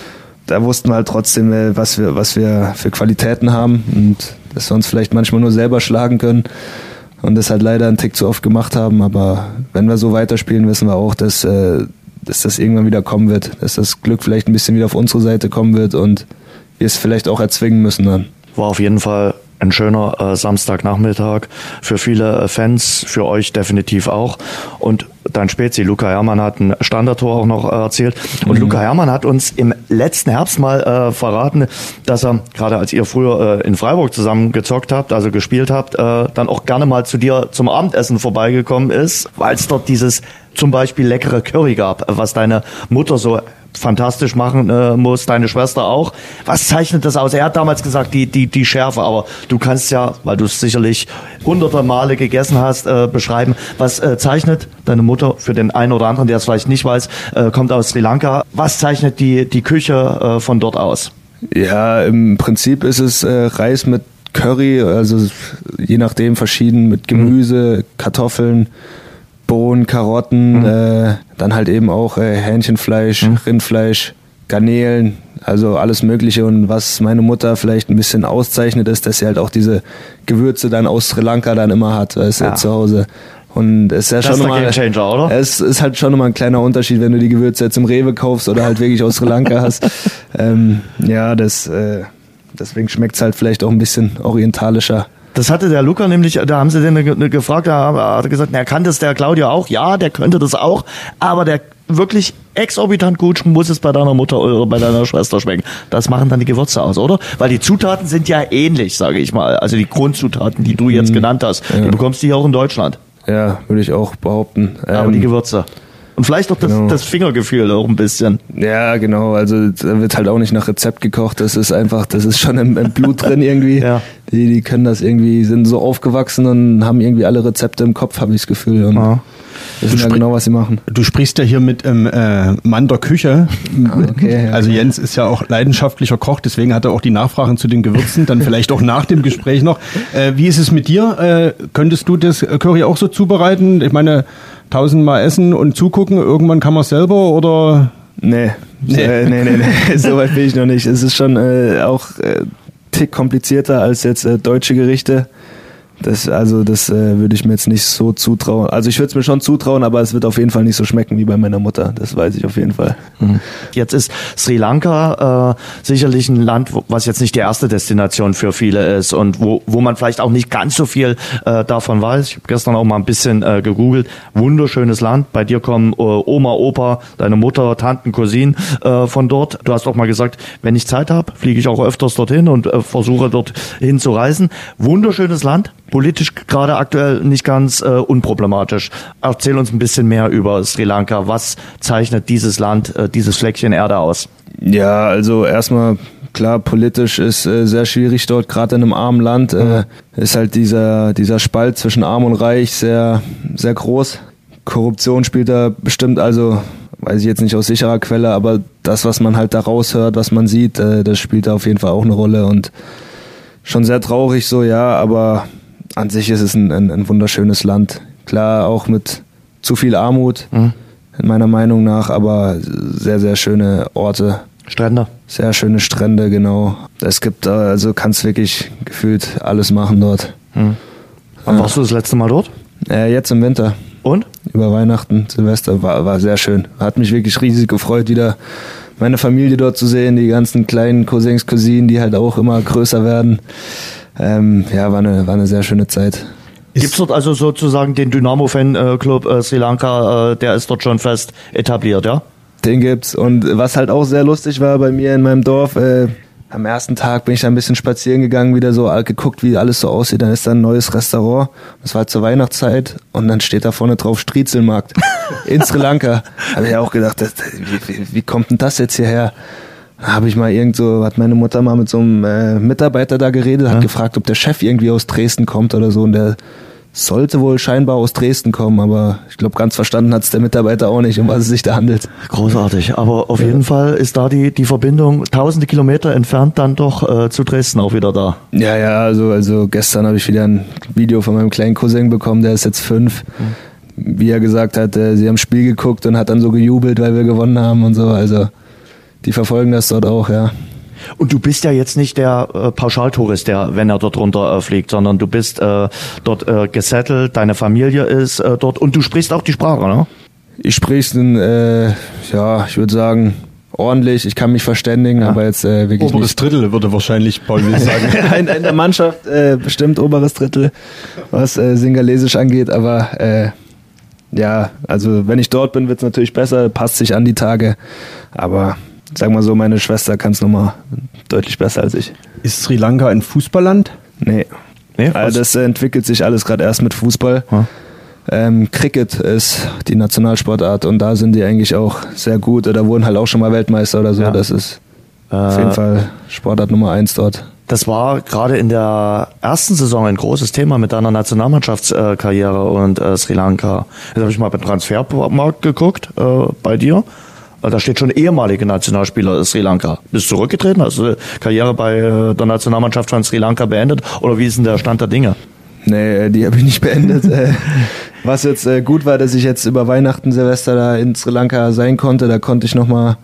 Da wussten wir halt trotzdem, was wir, was wir für Qualitäten haben und dass wir uns vielleicht manchmal nur selber schlagen können und das halt leider einen Tick zu oft gemacht haben. Aber wenn wir so weiterspielen, wissen wir auch, dass, dass das irgendwann wieder kommen wird. Dass das Glück vielleicht ein bisschen wieder auf unsere Seite kommen wird und wir es vielleicht auch erzwingen müssen dann. War auf jeden Fall ein schöner äh, Samstagnachmittag für viele äh, Fans, für euch definitiv auch. Und dein Spezi, Luca Herrmann, hat ein Standardtor auch noch äh, erzählt. Und mhm. Luca Herrmann hat uns im letzten Herbst mal äh, verraten, dass er, gerade als ihr früher äh, in Freiburg zusammen gezockt habt, also gespielt habt, äh, dann auch gerne mal zu dir zum Abendessen vorbeigekommen ist, weil es dort dieses zum Beispiel leckere Curry gab, was deine Mutter so fantastisch machen äh, muss, deine Schwester auch. Was zeichnet das aus? Er hat damals gesagt, die die die Schärfe, aber du kannst ja, weil du es sicherlich hunderte Male gegessen hast, äh, beschreiben, was äh, zeichnet deine Mutter, für den einen oder anderen, der es vielleicht nicht weiß, äh, kommt aus Sri Lanka, was zeichnet die die Küche äh, von dort aus? Ja, im Prinzip ist es äh, Reis mit Curry, also je nachdem verschieden, mit Gemüse, mhm. Kartoffeln, Bohnen, Karotten, mhm. äh, dann halt eben auch äh, Hähnchenfleisch, mhm. Rindfleisch, Garnelen, also alles Mögliche. Und was meine Mutter vielleicht ein bisschen auszeichnet, ist, dass sie halt auch diese Gewürze dann aus Sri Lanka dann immer hat, weißt ja. du, zu Hause. Und es ist ja das schon ist nochmal, der Gamechanger, oder? Es ist halt schon nochmal ein kleiner Unterschied, wenn du die Gewürze jetzt im Rewe kaufst oder halt wirklich aus Sri Lanka hast. ähm, ja, das, äh, deswegen schmeckt es halt vielleicht auch ein bisschen orientalischer. Das hatte der Luca nämlich, da haben sie den gefragt, da hat er gesagt, na, kann das der Claudio auch? Ja, der könnte das auch, aber der wirklich exorbitant gut muss es bei deiner Mutter oder bei deiner Schwester schmecken. Das machen dann die Gewürze aus, oder? Weil die Zutaten sind ja ähnlich, sage ich mal. Also die Grundzutaten, die du jetzt genannt hast, ja. die bekommst du hier auch in Deutschland. Ja, würde ich auch behaupten. Aber ähm, die Gewürze. Und vielleicht auch das, genau. das Fingergefühl auch ein bisschen. Ja, genau. Also da wird halt auch nicht nach Rezept gekocht. Das ist einfach, das ist schon im, im Blut drin irgendwie. Ja. Die, die können das irgendwie, sind so aufgewachsen und haben irgendwie alle Rezepte im Kopf, habe ich das Gefühl. Und ja. wissen ja genau, was sie machen. Du sprichst ja hier mit ähm, äh, Mann der Küche. Okay, ja. Also Jens ist ja auch leidenschaftlicher Koch, deswegen hat er auch die Nachfragen zu den Gewürzen, dann vielleicht auch nach dem Gespräch noch. Äh, wie ist es mit dir? Äh, könntest du das Curry auch so zubereiten? Ich meine, tausendmal essen und zugucken, irgendwann kann man es selber oder? Nee, nee, äh, nee, nee, nee. so weit bin ich noch nicht. Es ist schon äh, auch äh, tick komplizierter als jetzt äh, deutsche Gerichte. Das, also das äh, würde ich mir jetzt nicht so zutrauen. Also ich würde es mir schon zutrauen, aber es wird auf jeden Fall nicht so schmecken wie bei meiner Mutter. Das weiß ich auf jeden Fall. Mhm. Jetzt ist Sri Lanka äh, sicherlich ein Land, wo, was jetzt nicht die erste Destination für viele ist und wo wo man vielleicht auch nicht ganz so viel äh, davon weiß. Ich habe gestern auch mal ein bisschen äh, gegoogelt. Wunderschönes Land. Bei dir kommen äh, Oma, Opa, deine Mutter, Tanten, Cousinen äh, von dort. Du hast auch mal gesagt, wenn ich Zeit habe, fliege ich auch öfters dorthin und äh, versuche dorthin zu reisen. Wunderschönes Land. Politisch gerade aktuell nicht ganz äh, unproblematisch. Erzähl uns ein bisschen mehr über Sri Lanka. Was zeichnet dieses Land, äh, dieses Fleckchen Erde aus? Ja, also erstmal klar, politisch ist äh, sehr schwierig dort, gerade in einem armen Land äh, ist halt dieser dieser Spalt zwischen Arm und Reich sehr sehr groß. Korruption spielt da bestimmt, also weiß ich jetzt nicht aus sicherer Quelle, aber das, was man halt da raushört, was man sieht, äh, das spielt da auf jeden Fall auch eine Rolle und schon sehr traurig so, ja, aber an sich ist es ein, ein, ein wunderschönes Land. Klar, auch mit zu viel Armut. Mhm. meiner Meinung nach, aber sehr, sehr schöne Orte. Strände. Sehr schöne Strände, genau. Es gibt, also kannst wirklich gefühlt alles machen dort. Hm. Wann ja. warst du das letzte Mal dort? Äh, jetzt im Winter. Und? Über Weihnachten, Silvester, war, war sehr schön. Hat mich wirklich riesig gefreut, wieder meine Familie dort zu sehen, die ganzen kleinen Cousins, Cousinen, die halt auch immer größer werden. Ähm, ja, war eine, war eine sehr schöne Zeit. Gibt es dort also sozusagen den Dynamo-Fan-Club äh, Sri Lanka, äh, der ist dort schon fest etabliert, ja? Den gibt's. Und was halt auch sehr lustig war bei mir in meinem Dorf, äh, am ersten Tag bin ich da ein bisschen spazieren gegangen, wieder so geguckt, wie alles so aussieht. Dann ist da ein neues Restaurant. Das war zur Weihnachtszeit und dann steht da vorne drauf Striezelmarkt in Sri Lanka. Habe ich auch gedacht, das, wie, wie, wie kommt denn das jetzt hierher? Da habe ich mal irgend so, hat meine Mutter mal mit so einem äh, Mitarbeiter da geredet, hat ja. gefragt, ob der Chef irgendwie aus Dresden kommt oder so. Und der sollte wohl scheinbar aus Dresden kommen, aber ich glaube, ganz verstanden hat es der Mitarbeiter auch nicht, um was es sich da handelt. Großartig, aber auf ja. jeden Fall ist da die, die Verbindung tausende Kilometer entfernt dann doch äh, zu Dresden auch wieder da. Ja, ja, also, also gestern habe ich wieder ein Video von meinem kleinen Cousin bekommen, der ist jetzt fünf. Mhm. Wie er gesagt hat, äh, sie haben Spiel geguckt und hat dann so gejubelt, weil wir gewonnen haben und so, also die verfolgen das dort auch, ja. Und du bist ja jetzt nicht der äh, Pauschaltourist, der, wenn er dort runter äh, fliegt, sondern du bist äh, dort äh, gesettelt, deine Familie ist äh, dort und du sprichst auch die Sprache, ne? Ich spreche, äh, ja, ich würde sagen, ordentlich, ich kann mich verständigen, ja. aber jetzt äh, wirklich oberes nicht. Drittel würde wahrscheinlich Paul Will sagen. in, in der Mannschaft äh, bestimmt oberes Drittel, was äh, Singalesisch angeht, aber äh, ja, also wenn ich dort bin, wird es natürlich besser, passt sich an die Tage, aber sag mal so, meine Schwester kann es nochmal deutlich besser als ich. Ist Sri Lanka ein Fußballland? Nee. nee also das entwickelt sich alles gerade erst mit Fußball. Hm. Ähm, Cricket ist die Nationalsportart und da sind die eigentlich auch sehr gut. Oder wurden halt auch schon mal Weltmeister oder so. Ja. Das ist äh, auf jeden Fall Sportart Nummer eins dort. Das war gerade in der ersten Saison ein großes Thema mit deiner Nationalmannschaftskarriere und äh, Sri Lanka. Jetzt habe ich mal beim Transfermarkt geguckt äh, bei dir. Da steht schon ehemalige Nationalspieler Sri Lanka. Bist du zurückgetreten? Hast du Karriere bei der Nationalmannschaft von Sri Lanka beendet? Oder wie ist denn der Stand der Dinge? Nee, die habe ich nicht beendet. Was jetzt gut war, dass ich jetzt über Weihnachten, Silvester da in Sri Lanka sein konnte. Da konnte ich nochmal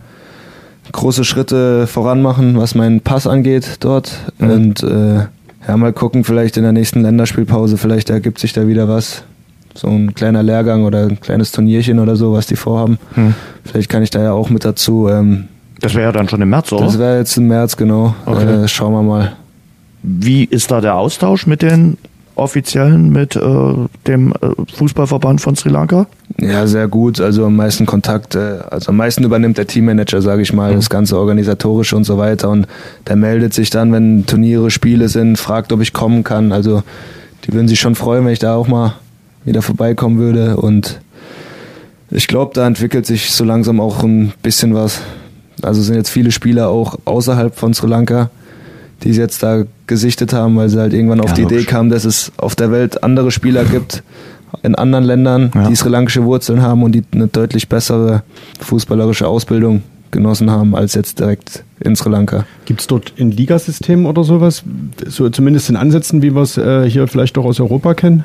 große Schritte voran machen, was meinen Pass angeht dort. Mhm. Und äh, ja, mal gucken, vielleicht in der nächsten Länderspielpause, vielleicht ergibt sich da wieder was. So ein kleiner Lehrgang oder ein kleines Turnierchen oder so, was die vorhaben. Hm. Vielleicht kann ich da ja auch mit dazu. Ähm, das wäre ja dann schon im März, oder? Das wäre jetzt im März, genau. Okay. Äh, schauen wir mal. Wie ist da der Austausch mit den Offiziellen, mit äh, dem äh, Fußballverband von Sri Lanka? Ja, sehr gut. Also am meisten Kontakt, äh, also am meisten übernimmt der Teammanager, sage ich mal, mhm. das ganze Organisatorische und so weiter. Und der meldet sich dann, wenn Turniere, Spiele sind, fragt, ob ich kommen kann. Also die würden sich schon freuen, wenn ich da auch mal wieder vorbeikommen würde und ich glaube, da entwickelt sich so langsam auch ein bisschen was. Also sind jetzt viele Spieler auch außerhalb von Sri Lanka, die es jetzt da gesichtet haben, weil sie halt irgendwann auf ja, die logisch. Idee kamen, dass es auf der Welt andere Spieler gibt in anderen Ländern, ja. die sri lankische Wurzeln haben und die eine deutlich bessere fußballerische Ausbildung genossen haben als jetzt direkt in Sri Lanka. Gibt es dort ein Ligasystem oder sowas? So zumindest in Ansätzen, wie wir es äh, hier vielleicht doch aus Europa kennen?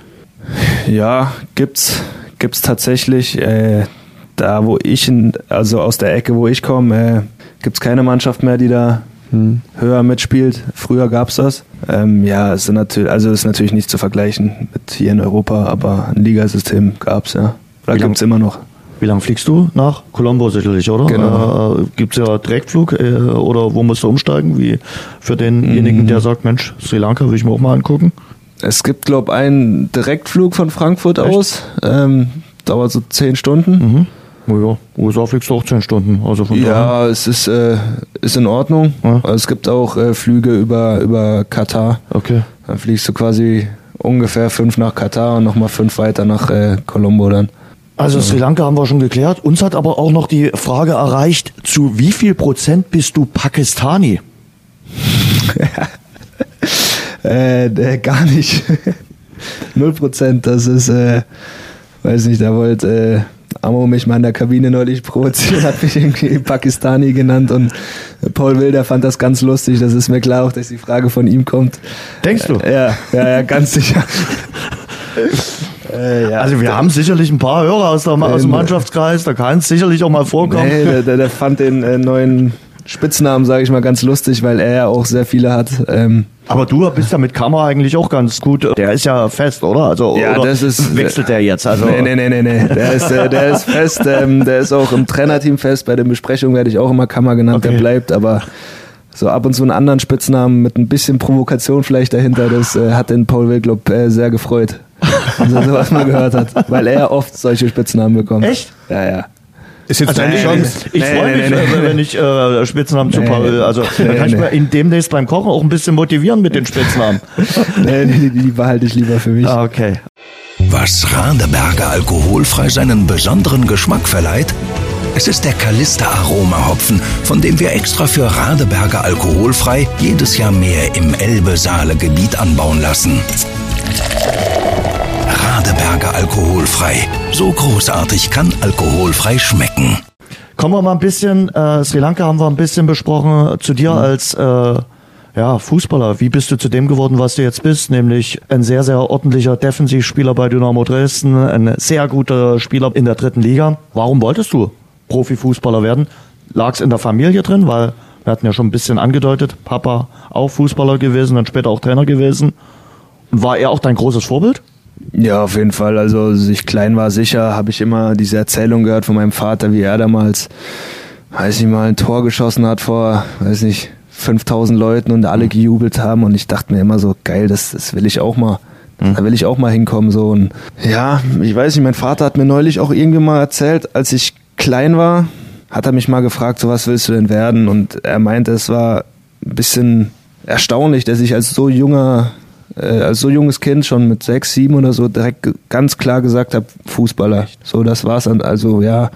Ja, gibt's gibt's tatsächlich. Äh, da wo ich, in, also aus der Ecke, wo ich komme, äh, gibt's keine Mannschaft mehr, die da hm. höher mitspielt. Früher gab's das. Ähm, ja, es ist natürlich, also ist natürlich nicht zu vergleichen mit hier in Europa, aber ein Ligasystem gab's ja. Oder gibt's immer noch. Wie lange fliegst du? Nach Colombo sicherlich, oder? Genau. Äh, gibt's ja Direktflug äh, oder wo musst du umsteigen? Wie für denjenigen, mm. der sagt, Mensch, Sri Lanka will ich mir auch mal angucken. Es gibt, glaube ich, einen Direktflug von Frankfurt Echt? aus. Ähm, dauert so zehn Stunden. Mhm. Oh ja, U S A fliegst du auch zehn Stunden. Also von ja, daher. es ist, äh, ist in Ordnung. Ja. Es gibt auch äh, Flüge über, über Katar. Okay. Dann fliegst du quasi ungefähr fünf nach Katar und nochmal fünf weiter nach äh, Colombo dann. Also Sri Lanka haben wir schon geklärt. Uns hat aber auch noch die Frage erreicht, zu wie viel Prozent bist du Pakistani? Äh, äh, gar nicht. Null Prozent, das ist, äh, weiß nicht, da wollte äh, Amo mich mal in der Kabine neulich provozieren, hat mich irgendwie Pakistani genannt und Paul Wilder fand das ganz lustig, das ist mir klar auch, dass die Frage von ihm kommt. Denkst du? Äh, ja, ja, ja, ganz sicher. Äh, ja. Also wir haben sicherlich ein paar Hörer aus, der, aus dem Mannschaftskreis, da kann es sicherlich auch mal vorkommen. Nee, der, der, der fand den äh, neuen Spitznamen, sage ich mal, ganz lustig, weil er ja auch sehr viele hat. Ähm, Aber du bist ja mit Kammer eigentlich auch ganz gut. Der ist ja fest, oder? Also ja, oder das ist, wechselt der jetzt? Also nee, nee, nee, nee, nee. Der ist, äh, der ist fest. Ähm, der ist auch im Trainerteam fest. Bei den Besprechungen werde ich auch immer Kammer genannt. Okay. Der bleibt, aber so ab und zu einen anderen Spitznamen mit ein bisschen Provokation vielleicht dahinter, das äh, hat den Paul Wilklub äh, sehr gefreut, als er sowas mal gehört hat, weil er oft solche Spitznamen bekommt. Echt? Ja, ja. Ist jetzt Also deine nee, Chance. ich Nee, freue nee, mich, nee, äh, nee. wenn ich äh, Spitznamen zu Nee, Paul, also nee, dann kann ich nee. mir in demnächst beim Kochen auch ein bisschen motivieren mit den Spitznamen. Nee, die, die behalte ich lieber für mich. Ah, okay. Was Radeberger alkoholfrei seinen besonderen Geschmack verleiht? Es ist der Calista-Aroma-Hopfen, von dem wir extra für Radeberger alkoholfrei jedes Jahr mehr im Elbe-Saale-Gebiet anbauen lassen. Radeberger alkoholfrei. So großartig kann alkoholfrei schmecken. Kommen wir mal ein bisschen, äh, Sri Lanka haben wir ein bisschen besprochen, zu dir als äh, ja, Fußballer. Wie bist du zu dem geworden, was du jetzt bist? Nämlich ein sehr, sehr ordentlicher Defensivspieler bei Dynamo Dresden, ein sehr guter Spieler in der dritten Liga. Warum wolltest du Profifußballer werden? Lag es in der Familie drin? Weil wir hatten ja schon ein bisschen angedeutet, Papa auch Fußballer gewesen, dann später auch Trainer gewesen. Und war er auch dein großes Vorbild? Ja, auf jeden Fall. Also, als ich klein war, sicher, habe ich immer diese Erzählung gehört von meinem Vater, wie er damals, weiß nicht mal, ein Tor geschossen hat vor, weiß nicht, fünftausend Leuten und alle gejubelt haben. Und ich dachte mir immer so, geil, das, das will ich auch mal. Da will ich auch mal hinkommen. So. Und ja, ich weiß nicht, mein Vater hat mir neulich auch irgendwie mal erzählt, als ich klein war, hat er mich mal gefragt, so was willst du denn werden? Und er meinte, es war ein bisschen erstaunlich, dass ich als so junger als so junges Kind schon mit sechs, sieben oder so direkt ganz klar gesagt habe, Fußballer. Echt? So, das war's. Also ja.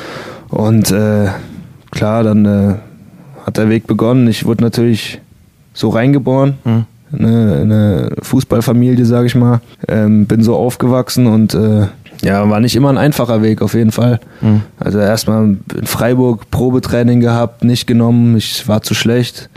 Und äh, klar, dann äh, hat der Weg begonnen. Ich wurde natürlich so reingeboren. Mhm. Eine, eine Fußballfamilie, sage ich mal. Ähm, bin so aufgewachsen und äh, ja, war nicht immer ein einfacher Weg, auf jeden Fall. Mhm. Also erstmal in Freiburg Probetraining gehabt, nicht genommen. Ich war zu schlecht.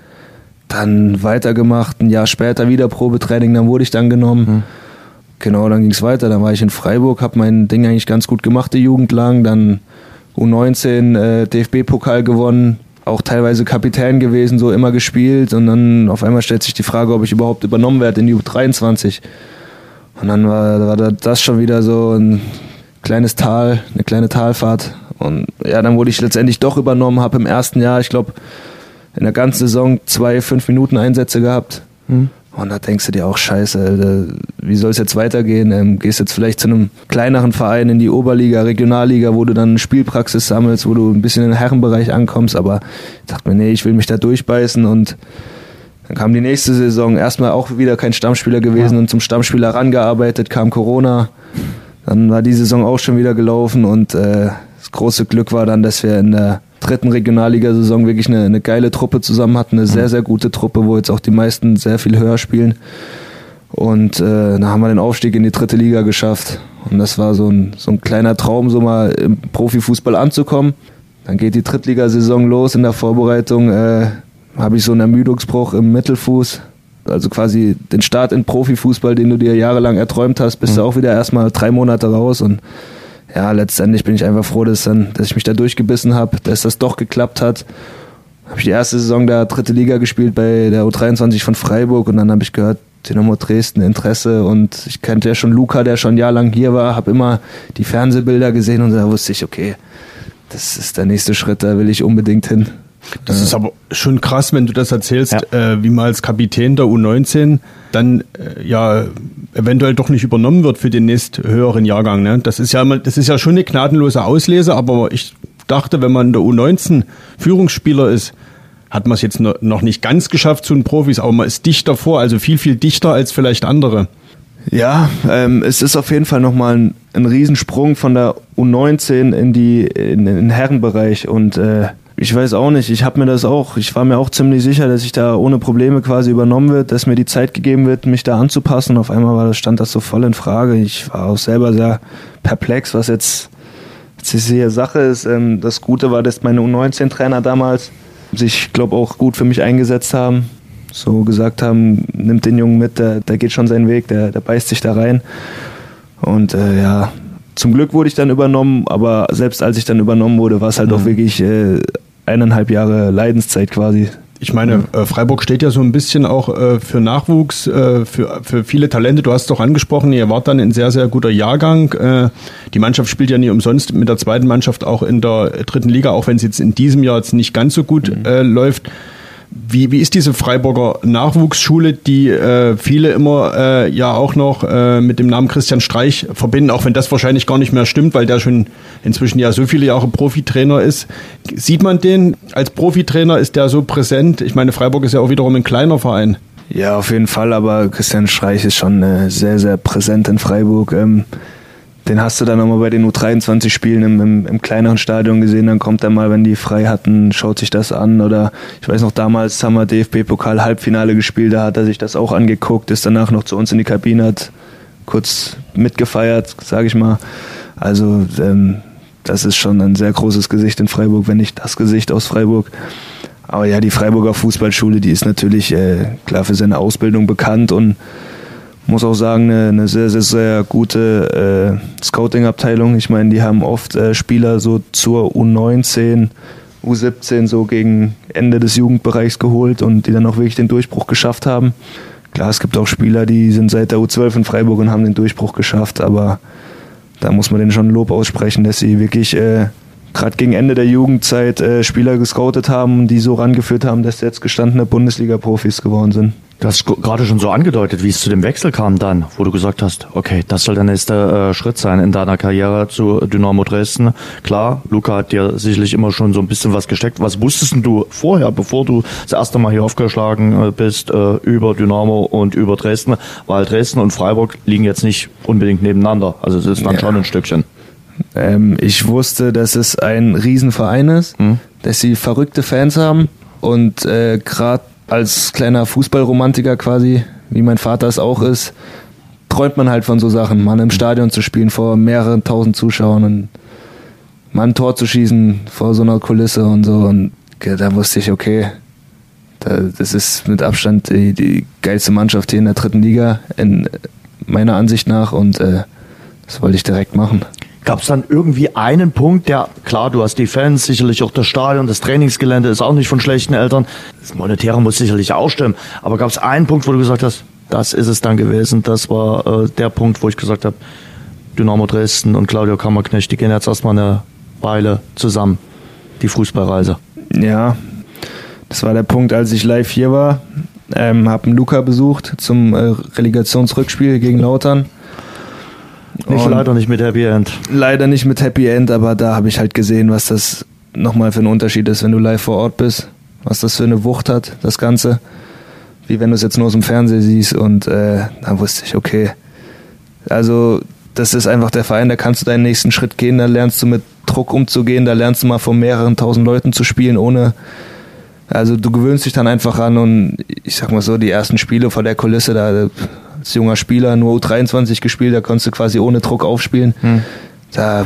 Dann weitergemacht, ein Jahr später wieder Probetraining, dann wurde ich dann genommen. Mhm. Genau, dann ging es weiter. Dann war ich in Freiburg, habe mein Ding eigentlich ganz gut gemacht, die Jugend lang. Dann U neunzehn äh, D F B-Pokal gewonnen, auch teilweise Kapitän gewesen, so immer gespielt. Und dann auf einmal stellt sich die Frage, ob ich überhaupt übernommen werde in die U dreiundzwanzig. Und dann war, war das schon wieder so ein kleines Tal, eine kleine Talfahrt. Und ja, dann wurde ich letztendlich doch übernommen, habe im ersten Jahr, ich glaube, in der ganzen Saison zwei fünf Minuten Einsätze gehabt. Mhm. Und da denkst du dir auch, scheiße, Alter, wie soll es jetzt weitergehen? Ähm, gehst jetzt vielleicht zu einem kleineren Verein in die Oberliga, Regionalliga, wo du dann Spielpraxis sammelst, wo du ein bisschen in den Herrenbereich ankommst. Aber ich dachte mir, nee, ich will mich da durchbeißen. Und dann kam die nächste Saison, erstmal auch wieder kein Stammspieler gewesen ja. und zum Stammspieler rangearbeitet, kam Corona. Dann war die Saison auch schon wieder gelaufen und äh, das große Glück war dann, dass wir in der dritten Regionalliga-Saison wirklich eine, eine geile Truppe zusammen hatten, eine sehr, sehr gute Truppe, wo jetzt auch die meisten sehr viel höher spielen. Und äh, dann haben wir den Aufstieg in die dritte Liga geschafft. Und das war so ein, so ein kleiner Traum, so mal im Profifußball anzukommen. Dann geht die Drittligasaison los. In der Vorbereitung äh, habe ich so einen Ermüdungsbruch im Mittelfuß. Also quasi den Start in Profifußball, den du dir jahrelang erträumt hast, bist mhm. du auch wieder erstmal drei Monate raus. Und ja, letztendlich bin ich einfach froh, dass, dann, dass ich mich da durchgebissen habe, dass das doch geklappt hat. Habe ich die erste Saison der dritte Liga gespielt bei der U dreiundzwanzig von Freiburg und dann habe ich gehört, Dynamo Dresden, Interesse und ich kannte ja schon Luca, der schon jahrelang hier war, habe immer die Fernsehbilder gesehen und da wusste ich, okay, das ist der nächste Schritt, da will ich unbedingt hin. Das ist aber schon krass, wenn du das erzählst, ja. äh, wie man als Kapitän der U neunzehn dann äh, ja eventuell doch nicht übernommen wird für den nächst höheren Jahrgang. Ne? Das ist ja mal, das ist ja schon eine gnadenlose Auslese, aber ich dachte, wenn man in der U neunzehn Führungsspieler ist, hat man es jetzt noch nicht ganz geschafft zu den Profis, aber man ist dicht davor, also viel, viel dichter als vielleicht andere. Ja, ähm, es ist auf jeden Fall nochmal ein, ein Riesensprung von der U neunzehn in, die, in, in den Herrenbereich und äh, ich weiß auch nicht, ich habe mir das auch, ich war mir auch ziemlich sicher, dass ich da ohne Probleme quasi übernommen wird, dass mir die Zeit gegeben wird, mich da anzupassen. Auf einmal war das, stand das so voll in Frage. Ich war auch selber sehr perplex, was jetzt, jetzt die Sache ist. Ähm, das Gute war, dass meine U neunzehn Trainer damals sich, glaube auch gut für mich eingesetzt haben. So gesagt haben, nimmt den Jungen mit, der, der geht schon seinen Weg, der, der beißt sich da rein. Und äh, ja, zum Glück wurde ich dann übernommen, aber selbst als ich dann übernommen wurde, war es halt mhm. auch wirklich äh, eineinhalb Jahre Leidenszeit quasi. Ich meine, äh, Freiburg steht ja so ein bisschen auch äh, für Nachwuchs, äh, für, für viele Talente. Du hast es doch angesprochen, ihr wart dann ein sehr, sehr guter Jahrgang. Äh, die Mannschaft spielt ja nie umsonst mit der zweiten Mannschaft auch in der dritten Liga, auch wenn es jetzt in diesem Jahr jetzt nicht ganz so gut mhm. äh, läuft. Wie, wie ist diese Freiburger Nachwuchsschule, die äh, viele immer äh, ja auch noch äh, mit dem Namen Christian Streich verbinden, auch wenn das wahrscheinlich gar nicht mehr stimmt, weil der schon inzwischen ja so viele Jahre Profitrainer ist. Sieht man den als Profitrainer? Ist der so präsent? Ich meine, Freiburg ist ja auch wiederum ein kleiner Verein. Ja, auf jeden Fall, aber Christian Streich ist schon äh, sehr, sehr präsent in Freiburg. Ähm, Den hast du dann nochmal bei den U dreiundzwanzig Spielen im, im, im kleineren Stadion gesehen. Dann kommt er mal, wenn die frei hatten, schaut sich das an. Oder ich weiß noch, damals haben wir D F B-Pokal-Halbfinale gespielt, da hat er sich das auch angeguckt, ist danach noch zu uns in die Kabine, hat kurz mitgefeiert, sage ich mal. Also ähm, das ist schon ein sehr großes Gesicht in Freiburg, wenn nicht das Gesicht aus Freiburg. Aber ja, die Freiburger Fußballschule, die ist natürlich äh, klar für seine Ausbildung bekannt und muss auch sagen, eine, eine sehr, sehr, sehr gute äh, Scouting-Abteilung. Ich meine, die haben oft äh, Spieler so zur U neunzehn, U siebzehn so gegen Ende des Jugendbereichs geholt und die dann auch wirklich den Durchbruch geschafft haben. Klar, es gibt auch Spieler, die sind seit der U zwölf in Freiburg und haben den Durchbruch geschafft, aber da muss man denen schon Lob aussprechen, dass sie wirklich äh, gerade gegen Ende der Jugendzeit äh, Spieler gescoutet haben und die so rangeführt haben, dass sie jetzt gestandene Bundesliga-Profis geworden sind. Du hast gerade schon so angedeutet, wie es zu dem Wechsel kam dann, wo du gesagt hast, okay, das soll der nächste äh, Schritt sein in deiner Karriere zu Dynamo Dresden. Klar, Luca hat dir sicherlich immer schon so ein bisschen was gesteckt. Was wusstest denn du vorher, bevor du das erste Mal hier aufgeschlagen äh, bist, äh, über Dynamo und über Dresden? Weil Dresden und Freiburg liegen jetzt nicht unbedingt nebeneinander. Also es ist dann ja schon ein Stückchen. Ähm, ich wusste, dass es ein Riesenverein ist, hm. dass sie verrückte Fans haben und äh, gerade als kleiner Fußballromantiker quasi, wie mein Vater es auch ist, träumt man halt von so Sachen, mal im Stadion zu spielen vor mehreren tausend Zuschauern und mal ein Tor zu schießen vor so einer Kulisse und so. Und da wusste ich, okay, das ist mit Abstand die, die geilste Mannschaft hier in der dritten Liga, in meiner Ansicht nach, und äh, das wollte ich direkt machen. Gab es dann irgendwie einen Punkt, der, klar, du hast die Fans, sicherlich auch das Stadion, das Trainingsgelände ist auch nicht von schlechten Eltern, das Monetäre muss sicherlich auch stimmen, aber gab es einen Punkt, wo du gesagt hast, das ist es dann gewesen, das war äh, der Punkt, wo ich gesagt habe, Dynamo Dresden und Claudio Kammerknecht, die gehen jetzt erstmal eine Weile zusammen, die Fußballreise. Ja, das war der Punkt, als ich live hier war, ähm, habe einen Luca besucht zum äh, Relegationsrückspiel gegen Lautern. Nicht, und leider nicht mit Happy End. Leider nicht mit Happy End, aber da habe ich halt gesehen, was das nochmal für ein Unterschied ist, wenn du live vor Ort bist, was das für eine Wucht hat, das Ganze, wie wenn du es jetzt nur aus dem Fernsehen siehst, und äh, dann wusste ich, okay, also das ist einfach der Verein, da kannst du deinen nächsten Schritt gehen, da lernst du mit Druck umzugehen, da lernst du mal vor mehreren tausend Leuten zu spielen, ohne, also du gewöhnst dich dann einfach an, und ich sag mal so, die ersten Spiele vor der Kulisse, da als junger Spieler nur U dreiundzwanzig gespielt, da konntest du quasi ohne Druck aufspielen. Hm. Da,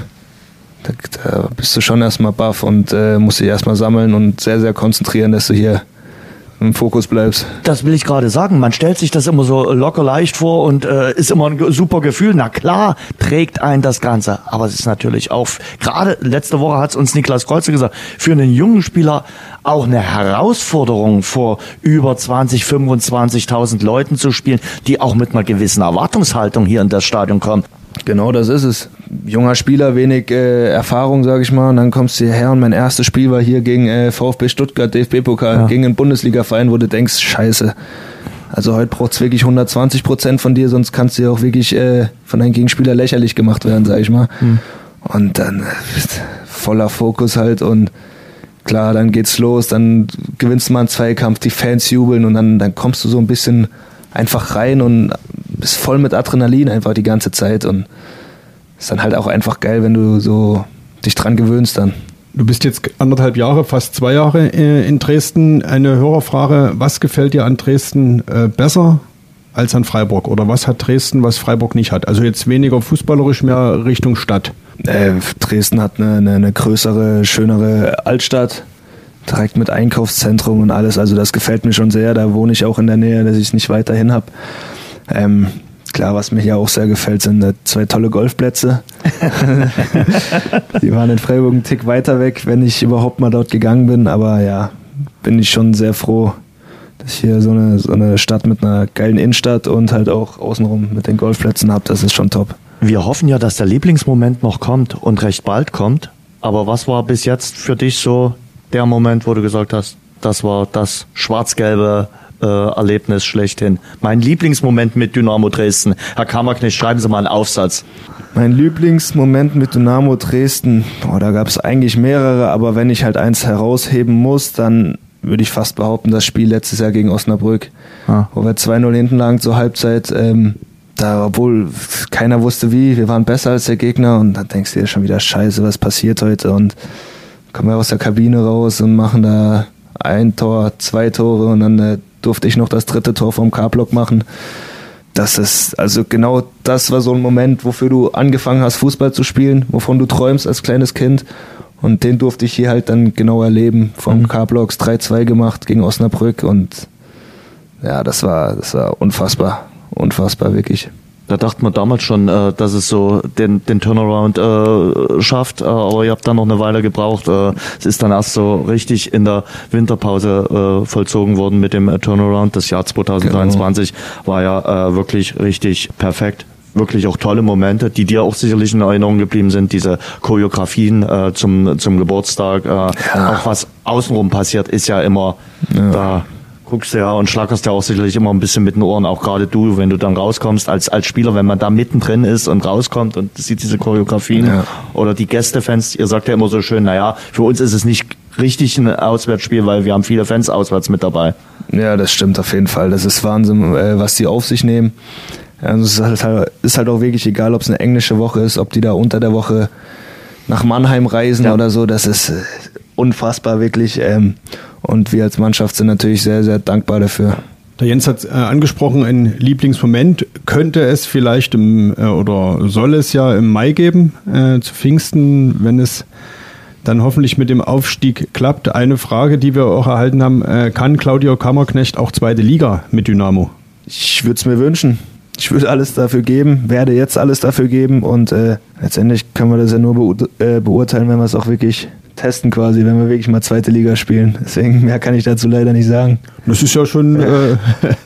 da, da bist du schon erstmal baff und äh, musst dich erstmal sammeln und sehr, sehr konzentrieren, dass du hier im Fokus bleibst. Das will ich gerade sagen. Man stellt sich das immer so locker leicht vor und äh, ist immer ein super Gefühl. Na klar, trägt einen das Ganze. Aber es ist natürlich auch, gerade letzte Woche hat es uns Niklas Kreuzer gesagt, für einen jungen Spieler auch eine Herausforderung, vor über zwanzig, fünfundzwanzigtausend Leuten zu spielen, die auch mit einer gewissen Erwartungshaltung hier in das Stadion kommen. Genau, das ist es. Junger Spieler, wenig äh, Erfahrung, sage ich mal. Und dann kommst du hierher und mein erstes Spiel war hier gegen äh, VfB Stuttgart, D F B-Pokal, ja. gegen einen Bundesliga-Verein, wo du denkst, scheiße. Also heute braucht es wirklich hundertzwanzig Prozent von dir, sonst kannst du ja auch wirklich äh, von deinem Gegenspieler lächerlich gemacht werden, sag ich mal. Mhm. Und dann äh, voller Fokus halt, und klar, dann geht's los, dann gewinnst du mal einen Zweikampf, die Fans jubeln, und dann, dann kommst du so ein bisschen einfach rein und bist voll mit Adrenalin einfach die ganze Zeit, und ist dann halt auch einfach geil, wenn du so dich dran gewöhnst dann. Du bist jetzt anderthalb Jahre, fast zwei Jahre in Dresden. Eine Hörerfrage, was gefällt dir an Dresden äh, besser als an Freiburg? Oder was hat Dresden, was Freiburg nicht hat? Also jetzt weniger fußballerisch, mehr Richtung Stadt. Äh, Dresden hat eine, eine, eine größere, schönere Altstadt, direkt mit Einkaufszentrum und alles. Also das gefällt mir schon sehr. Da wohne ich auch in der Nähe, dass ich es nicht weiterhin habe. Ähm, Klar, was mir hier auch sehr gefällt, sind äh, zwei tolle Golfplätze. Die waren in Freiburg einen Tick weiter weg, wenn ich überhaupt mal dort gegangen bin. Aber ja, bin ich schon sehr froh, dass ich hier so eine, so eine Stadt mit einer geilen Innenstadt und halt auch außenrum mit den Golfplätzen habe. Das ist schon top. Wir hoffen ja, dass der Lieblingsmoment noch kommt und recht bald kommt. Aber was war bis jetzt für dich so der Moment, wo du gesagt hast, das war das schwarz-gelbe äh, Erlebnis schlechthin? Mein Lieblingsmoment mit Dynamo Dresden. Herr Kammerknecht, schreiben Sie mal einen Aufsatz. Mein Lieblingsmoment mit Dynamo Dresden, oh, da gab es eigentlich mehrere, aber wenn ich halt eins herausheben muss, dann würde ich fast behaupten, das Spiel letztes Jahr gegen Osnabrück, ah. wo wir zwei null hinten lagen zur Halbzeit, ähm, da, obwohl keiner wusste wie, wir waren besser als der Gegner und dann denkst du dir schon wieder, scheiße, was passiert heute, und kommen wir aus der Kabine raus und machen da ein Tor, zwei Tore und dann äh, durfte ich noch das dritte Tor vom K-Block machen. Das ist, also genau das war so ein Moment, wofür du angefangen hast, Fußball zu spielen, wovon du träumst als kleines Kind, und den durfte ich hier halt dann genau erleben, vom mhm. K-Blocks drei zwei gemacht gegen Osnabrück, und ja, das war, das war unfassbar, unfassbar wirklich. Da dachte man damals schon, äh, dass es so den, den Turnaround äh, schafft, äh, aber ihr habt dann noch eine Weile gebraucht. Äh, es ist dann erst so richtig in der Winterpause äh, vollzogen worden mit dem äh, Turnaround. Das Jahr zwanzig dreiundzwanzig genau. war ja äh, wirklich richtig perfekt. Wirklich auch tolle Momente, die dir auch sicherlich in Erinnerung geblieben sind. Diese Choreografien äh, zum, zum Geburtstag. Äh, ja. Auch was außenrum passiert, ist ja immer ja. da. Guckst du ja und schlackerst ja auch sicherlich immer ein bisschen mit den Ohren, auch gerade du, wenn du dann rauskommst als als Spieler, wenn man da mittendrin ist und rauskommt und sieht diese Choreografien ja. oder die Gästefans, ihr sagt ja immer so schön, naja, für uns ist es nicht richtig ein Auswärtsspiel, weil wir haben viele Fans auswärts mit dabei. Ja, das stimmt auf jeden Fall, das ist Wahnsinn, was die auf sich nehmen. Ja, es ist halt, ist halt auch wirklich egal, ob es eine englische Woche ist, ob die da unter der Woche nach Mannheim reisen ja. oder so, das ist unfassbar wirklich. Ähm, und wir als Mannschaft sind natürlich sehr, sehr dankbar dafür. Der Jens hat äh, angesprochen, ein Lieblingsmoment könnte es vielleicht im, äh, oder soll es ja im Mai geben, äh, zu Pfingsten, wenn es dann hoffentlich mit dem Aufstieg klappt. Eine Frage, die wir auch erhalten haben, äh, kann Claudio Kammerknecht auch zweite Liga mit Dynamo? Ich würde es mir wünschen. Ich würde alles dafür geben, werde jetzt alles dafür geben, und äh, letztendlich können wir das ja nur beur- äh, beurteilen, wenn wir es auch wirklich testen quasi, wenn wir wirklich mal zweite Liga spielen. Deswegen mehr kann ich dazu leider nicht sagen. Das ist ja schon äh,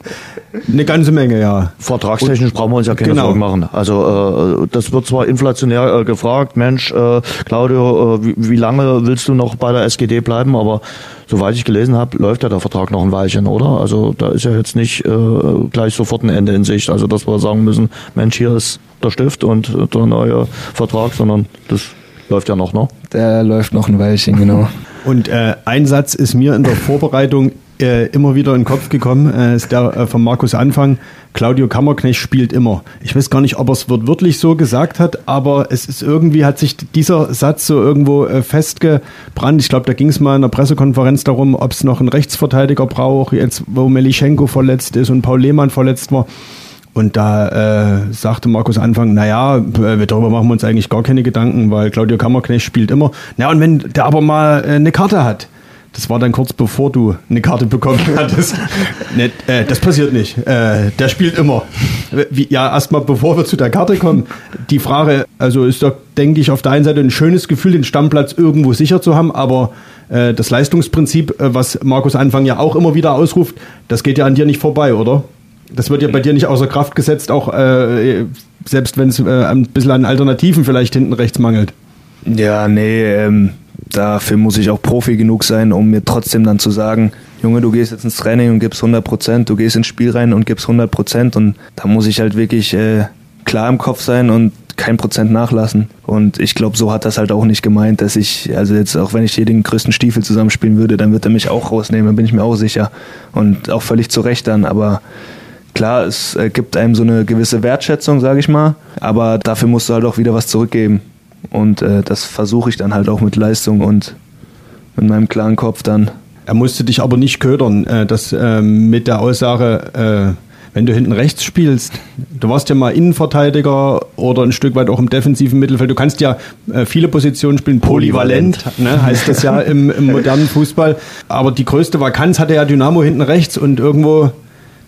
eine ganze Menge, ja. Vertragstechnisch brauchen wir uns ja keine genau. Sorgen machen. Also äh, das wird zwar inflationär äh, gefragt, Mensch, äh, Claudio, äh, wie, wie lange willst du noch bei der S G D bleiben? Aber soweit ich gelesen habe, läuft ja der Vertrag noch ein Weilchen, oder? Also da ist ja jetzt nicht äh, gleich sofort ein Ende in Sicht. Also dass wir sagen müssen, Mensch, hier ist der Stift und der neue Vertrag, sondern das läuft ja noch, ne? Der läuft noch ein Weilchen, genau. Und äh, ein Satz ist mir in der Vorbereitung äh, immer wieder in den Kopf gekommen, äh, ist der äh, von Markus Anfang. Claudio Kammerknecht spielt immer. Ich weiß gar nicht, ob er es wörtlich so gesagt hat, aber es ist irgendwie, hat sich dieser Satz so irgendwo äh, festgebrannt. Ich glaube, da ging es mal in der Pressekonferenz darum, ob es noch einen Rechtsverteidiger braucht, jetzt wo Melischenko verletzt ist und Paul Lehmann verletzt war. Und da äh, sagte Markus Anfang, naja, darüber machen wir uns eigentlich gar keine Gedanken, weil Claudio Kammerknecht spielt immer. Na, und wenn der aber mal äh, eine Karte hat, das war dann kurz bevor du eine Karte bekommen hattest. ne, äh, das passiert nicht. Äh, der spielt immer. Wie, ja, erstmal bevor wir zu der Karte kommen, die Frage, also ist doch, denke ich, auf der einen Seite ein schönes Gefühl, den Stammplatz irgendwo sicher zu haben, aber äh, das Leistungsprinzip, äh, was Markus Anfang ja auch immer wieder ausruft, das geht ja an dir nicht vorbei, oder? Das wird ja bei dir nicht außer Kraft gesetzt, auch äh, selbst wenn es äh, ein bisschen an Alternativen vielleicht hinten rechts mangelt. Ja, nee, ähm, dafür muss ich auch Profi genug sein, um mir trotzdem dann zu sagen, Junge, du gehst jetzt ins Training und gibst hundert Prozent, du gehst ins Spiel rein und gibst hundert Prozent, und da muss ich halt wirklich äh, klar im Kopf sein und kein Prozent nachlassen. Und ich glaube, so hat das halt auch nicht gemeint, dass ich, also jetzt auch wenn ich hier den größten Stiefel zusammenspielen würde, dann wird er mich auch rausnehmen, da bin ich mir auch sicher. Und auch völlig zu Recht dann, aber klar, es gibt einem so eine gewisse Wertschätzung, sage ich mal, aber dafür musst du halt auch wieder was zurückgeben. Und äh, das versuche ich dann halt auch mit Leistung und mit meinem klaren Kopf dann. Er musste dich aber nicht ködern, äh, dass äh, mit der Aussage, äh, wenn du hinten rechts spielst, du warst ja mal Innenverteidiger oder ein Stück weit auch im defensiven Mittelfeld, du kannst ja äh, viele Positionen spielen, polyvalent, ne, heißt das ja im, im modernen Fußball, aber die größte Vakanz hatte ja Dynamo hinten rechts, und irgendwo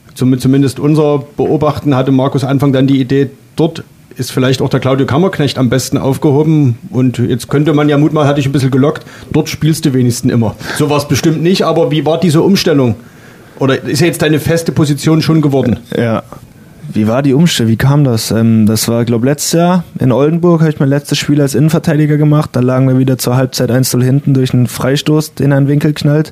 Zumindest unser Beobachten hatte Markus Anfang dann die Idee, dort ist vielleicht auch der Claudio Kammerknecht am besten aufgehoben und jetzt könnte man ja mutmaßen, hatte ich ein bisschen gelockt, dort spielst du wenigstens immer. So war es bestimmt nicht, aber wie war diese Umstellung? Oder ist ja jetzt deine feste Position schon geworden? Ja, wie war die Umstellung? Wie kam das? Ähm, das war, glaube ich, letztes Jahr in Oldenburg, habe ich mein letztes Spiel als Innenverteidiger gemacht. Da lagen wir wieder zur Halbzeit eins zu null hinten durch einen Freistoß, den er in den Winkel knallt.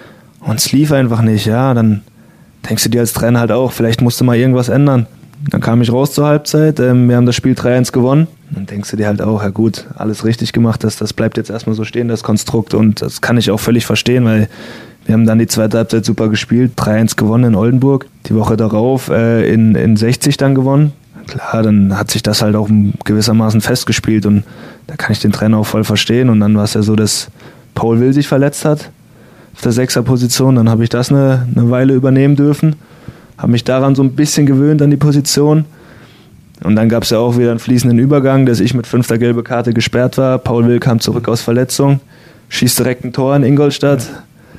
Und es lief einfach nicht, ja, dann denkst du dir als Trainer halt auch, vielleicht musst du mal irgendwas ändern. Dann kam ich raus zur Halbzeit, ähm, wir haben das Spiel drei eins gewonnen. Dann denkst du dir halt auch, ja gut, alles richtig gemacht, das, das bleibt jetzt erstmal so stehen, das Konstrukt. Und das kann ich auch völlig verstehen, weil wir haben dann die zweite Halbzeit super gespielt, drei eins gewonnen in Oldenburg. Die Woche darauf äh, in, in sechzig dann gewonnen. Klar, dann hat sich das halt auch gewissermaßen festgespielt und da kann ich den Trainer auch voll verstehen. Und dann war es ja so, dass Paul Will sich verletzt hat auf der Sechserposition. Dann habe ich das eine, eine Weile übernehmen dürfen. Habe mich daran so ein bisschen gewöhnt an die Position. Und dann gab es ja auch wieder einen fließenden Übergang, dass ich mit fünfter gelbe Karte gesperrt war. Paul Will kam zurück aus Verletzung, schießt direkt ein Tor in Ingolstadt.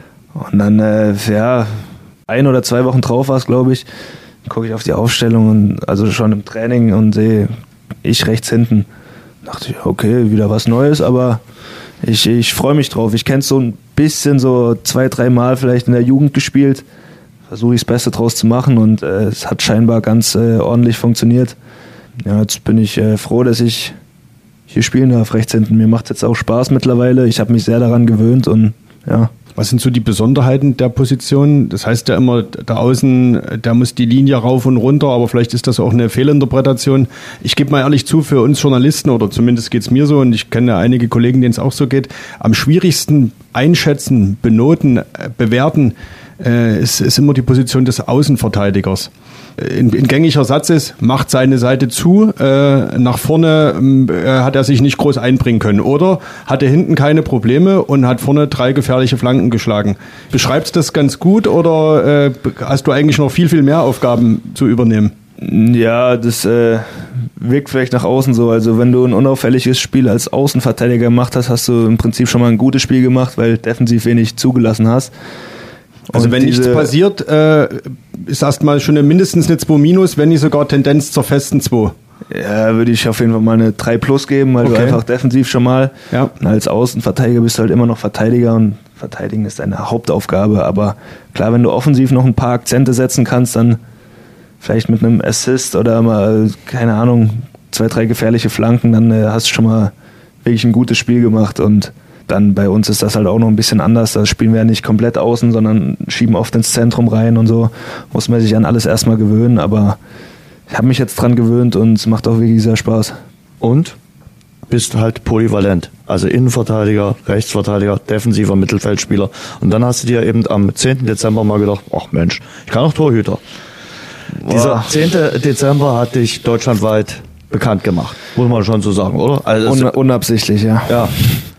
Und dann, äh, ja, ein oder zwei Wochen drauf war es, glaube ich, gucke ich auf die Aufstellung, und also schon im Training und sehe ich rechts hinten. Dachte ich, okay, wieder was Neues, aber ich, ich freue mich drauf. Ich kenne es so ein bisschen, so zwei, drei Mal vielleicht in der Jugend gespielt. Versuche ich das Beste draus zu machen und äh, es hat scheinbar ganz äh, ordentlich funktioniert. Ja, jetzt bin ich äh, froh, dass ich hier spielen darf, rechts hinten. Mir macht es jetzt auch Spaß mittlerweile. Ich habe mich sehr daran gewöhnt und ja. Was sind so die Besonderheiten der Position? Das heißt ja immer, da außen, der muss die Linie rauf und runter, aber vielleicht ist das auch eine Fehlinterpretation. Ich gebe mal ehrlich zu, für uns Journalisten, oder zumindest geht es mir so, und ich kenne ja einige Kollegen, denen es auch so geht, am schwierigsten einschätzen, benoten, bewerten, äh, ist, ist immer die Position des Außenverteidigers. Ein, ein gängiger Satz ist, macht seine Seite zu, äh, nach vorne äh, hat er sich nicht groß einbringen können oder hatte hinten keine Probleme und hat vorne drei gefährliche Flanken geschlagen. Beschreibst du das ganz gut oder äh, hast du eigentlich noch viel, viel mehr Aufgaben zu übernehmen? Ja, das äh, wirkt vielleicht nach außen so. Also wenn du ein unauffälliges Spiel als Außenverteidiger gemacht hast, hast du im Prinzip schon mal ein gutes Spiel gemacht, weil defensiv wenig zugelassen hast. Also und wenn nichts passiert, äh, ist erstmal schon eine, mindestens eine zwei minus, wenn nicht sogar Tendenz zur festen zwei. Ja, würde ich auf jeden Fall mal eine drei plus geben, weil okay. du einfach defensiv schon mal, ja. als Außenverteidiger bist du halt immer noch Verteidiger und verteidigen ist deine Hauptaufgabe, aber klar, wenn du offensiv noch ein paar Akzente setzen kannst, dann vielleicht mit einem Assist oder mal, keine Ahnung, zwei, drei gefährliche Flanken, dann äh, hast du schon mal wirklich ein gutes Spiel gemacht. Und dann bei uns ist das halt auch noch ein bisschen anders. Da spielen wir ja nicht komplett außen, sondern schieben oft ins Zentrum rein und so. Muss man sich an alles erstmal gewöhnen, aber ich habe mich jetzt dran gewöhnt und es macht auch wirklich sehr Spaß. Und bist halt polyvalent. Also Innenverteidiger, Rechtsverteidiger, defensiver Mittelfeldspieler. Und dann hast du dir eben am zehnten Dezember mal gedacht, ach Mensch, ich kann auch Torhüter. Boah. Dieser zehnten Dezember hat dich deutschlandweit bekannt gemacht. Muss man schon so sagen, oder? Also Un- unabsichtlich, ja. Ja.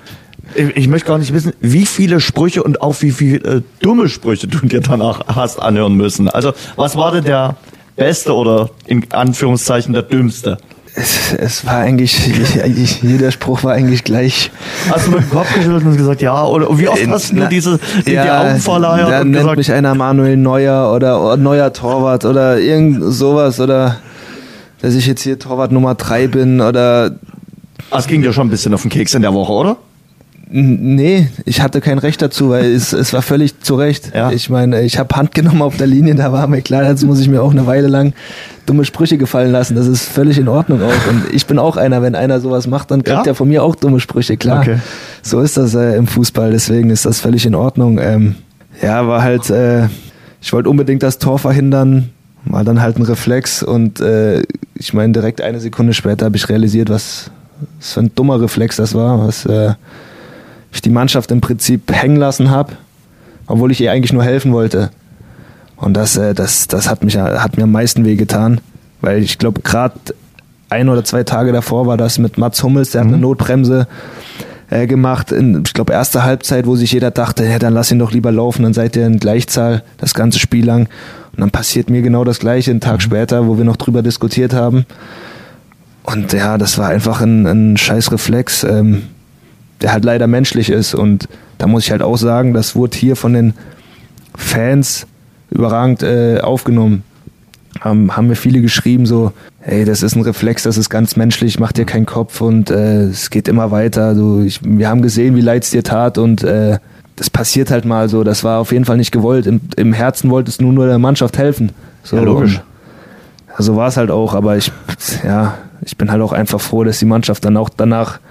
Ich, ich möchte gar nicht wissen, wie viele Sprüche und auch wie viele äh, dumme Sprüche du dir danach hast anhören müssen. Also, was war denn der beste oder in Anführungszeichen der dümmste? Es, es war eigentlich, jeder Spruch war eigentlich gleich. Hast du mit dem Kopf geschüttelt und gesagt, ja? Oder wie oft hast du nur diese, die, ja, die Augen verleiert dann und nennt gesagt, mich einer Manuel Neuer oder, oder neuer Torwart oder irgend sowas oder dass ich jetzt hier Torwart Nummer drei bin oder. Das ging dir schon ein bisschen auf den Keks in der Woche, oder? Nee, ich hatte kein Recht dazu, weil es, es war völlig zu Recht. Ja. Ich meine, ich habe Hand genommen auf der Linie, da war mir klar, jetzt muss ich mir auch eine Weile lang dumme Sprüche gefallen lassen. Das ist völlig in Ordnung auch. Und ich bin auch einer, wenn einer sowas macht, dann kriegt ja? er von mir auch dumme Sprüche, klar. Okay. So ist das äh, im Fußball, deswegen ist das völlig in Ordnung. Ähm, ja, war halt, äh, ich wollte unbedingt das Tor verhindern, war dann halt ein Reflex und äh, ich meine, direkt eine Sekunde später habe ich realisiert, was, was für ein dummer Reflex das war, was äh, ich die Mannschaft im Prinzip hängen lassen habe, obwohl ich ihr eigentlich nur helfen wollte. Und das, äh, das, das hat, mich, hat mir am meisten wehgetan, weil ich glaube, gerade ein oder zwei Tage davor war das mit Mats Hummels, der mhm. hat eine Notbremse äh, gemacht, in, ich glaube, erste Halbzeit, wo sich jeder dachte, ja, dann lass ihn doch lieber laufen, dann seid ihr in Gleichzahl das ganze Spiel lang. Und dann passiert mir genau das Gleiche einen Tag mhm. später, wo wir noch drüber diskutiert haben. Und ja, das war einfach ein, ein scheiß Reflex, ähm, der halt leider menschlich ist und da muss ich halt auch sagen, das wurde hier von den Fans überragend äh, aufgenommen. Haben, haben mir viele geschrieben, so, hey, das ist ein Reflex, das ist ganz menschlich, mach dir keinen Kopf und äh, es geht immer weiter. So, ich, wir haben gesehen, wie leid es dir tat und äh, das passiert halt mal so. Das war auf jeden Fall nicht gewollt. Im, im Herzen wolltest du nur, nur der Mannschaft helfen. So, ja, logisch. Und, so war es halt auch, aber ich, ja, ich bin halt auch einfach froh, dass die Mannschaft dann auch danach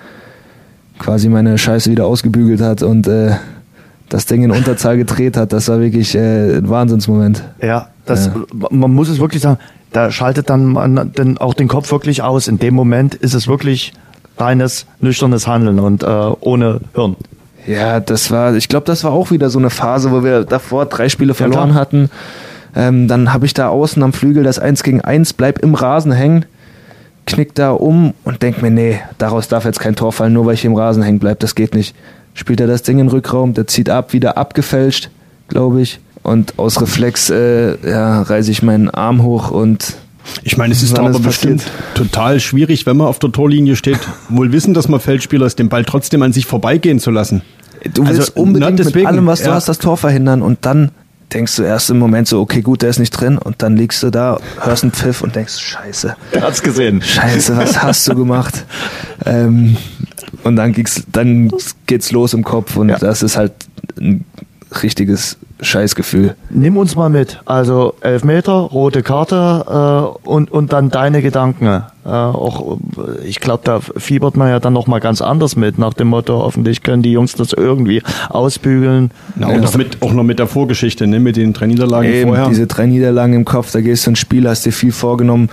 quasi meine Scheiße wieder ausgebügelt hat und äh, das Ding in Unterzahl gedreht hat. Das war wirklich äh, ein Wahnsinnsmoment. Ja, das, Ja. man muss es wirklich sagen, da schaltet dann man den, auch den Kopf wirklich aus. In dem Moment ist es wirklich reines, nüchternes Handeln und äh, ohne Hirn. Ja, das war, ich glaube, das war auch wieder so eine Phase, wo wir davor drei Spiele verloren klar. hatten. Ähm, dann habe ich da außen am Flügel das eins gegen eins, bleib im Rasen hängen, knick da um und denk mir, nee, daraus darf jetzt kein Tor fallen, nur weil ich hier im Rasen hängen bleib, das geht nicht. Spielt er das Ding in den Rückraum, der zieht ab, wieder abgefälscht, glaube ich. Und aus Reflex äh, ja, reiße ich meinen Arm hoch und Ich meine, es ist Wann aber ist bestimmt passiert? total schwierig, wenn man auf der Torlinie steht, wohl wissen, dass man Feldspieler ist, den Ball trotzdem an sich vorbeigehen zu lassen. du willst Also, unbedingt na, deswegen, mit allem, was du ja. hast, das Tor verhindern und dann denkst du erst im Moment so, okay, gut, der ist nicht drin und dann liegst du da, hörst einen Pfiff und denkst, scheiße, Der hat's gesehen. scheiße, was hast du gemacht? Ähm, und dann geht's, dann geht's los im Kopf und Ja. das ist halt ein richtiges Scheißgefühl. Nimm uns mal mit. Also Elfmeter, rote Karte äh, und, und dann deine Gedanken. Äh, auch, äh, ich glaube, da fiebert man ja dann nochmal ganz anders mit, nach dem Motto, hoffentlich können die Jungs das irgendwie ausbügeln. Na, auch, noch mit, auch noch mit der Vorgeschichte, ne, mit den drei Niederlagen Eben, vorher. diese drei Niederlagen im Kopf, da gehst du ins Spiel, hast dir viel vorgenommen,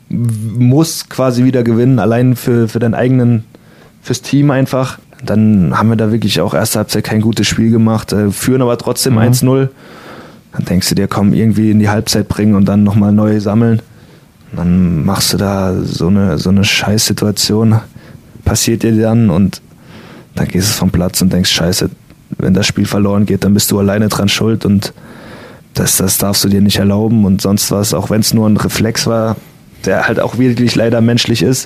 muss quasi wieder gewinnen, allein für, für deinen eigenen, fürs Team einfach. Dann haben wir da wirklich auch erste Halbzeit kein gutes Spiel gemacht, äh, führen aber trotzdem Mhm. eins null. Dann denkst du dir, komm, irgendwie in die Halbzeit bringen und dann nochmal neu sammeln. Und dann machst du da so eine, so eine Scheißsituation, passiert dir dann und dann gehst du vom Platz und denkst, scheiße, wenn das Spiel verloren geht, dann bist du alleine dran schuld und das, das darfst du dir nicht erlauben und sonst was, auch wenn es nur ein Reflex war, der halt auch wirklich leider menschlich ist.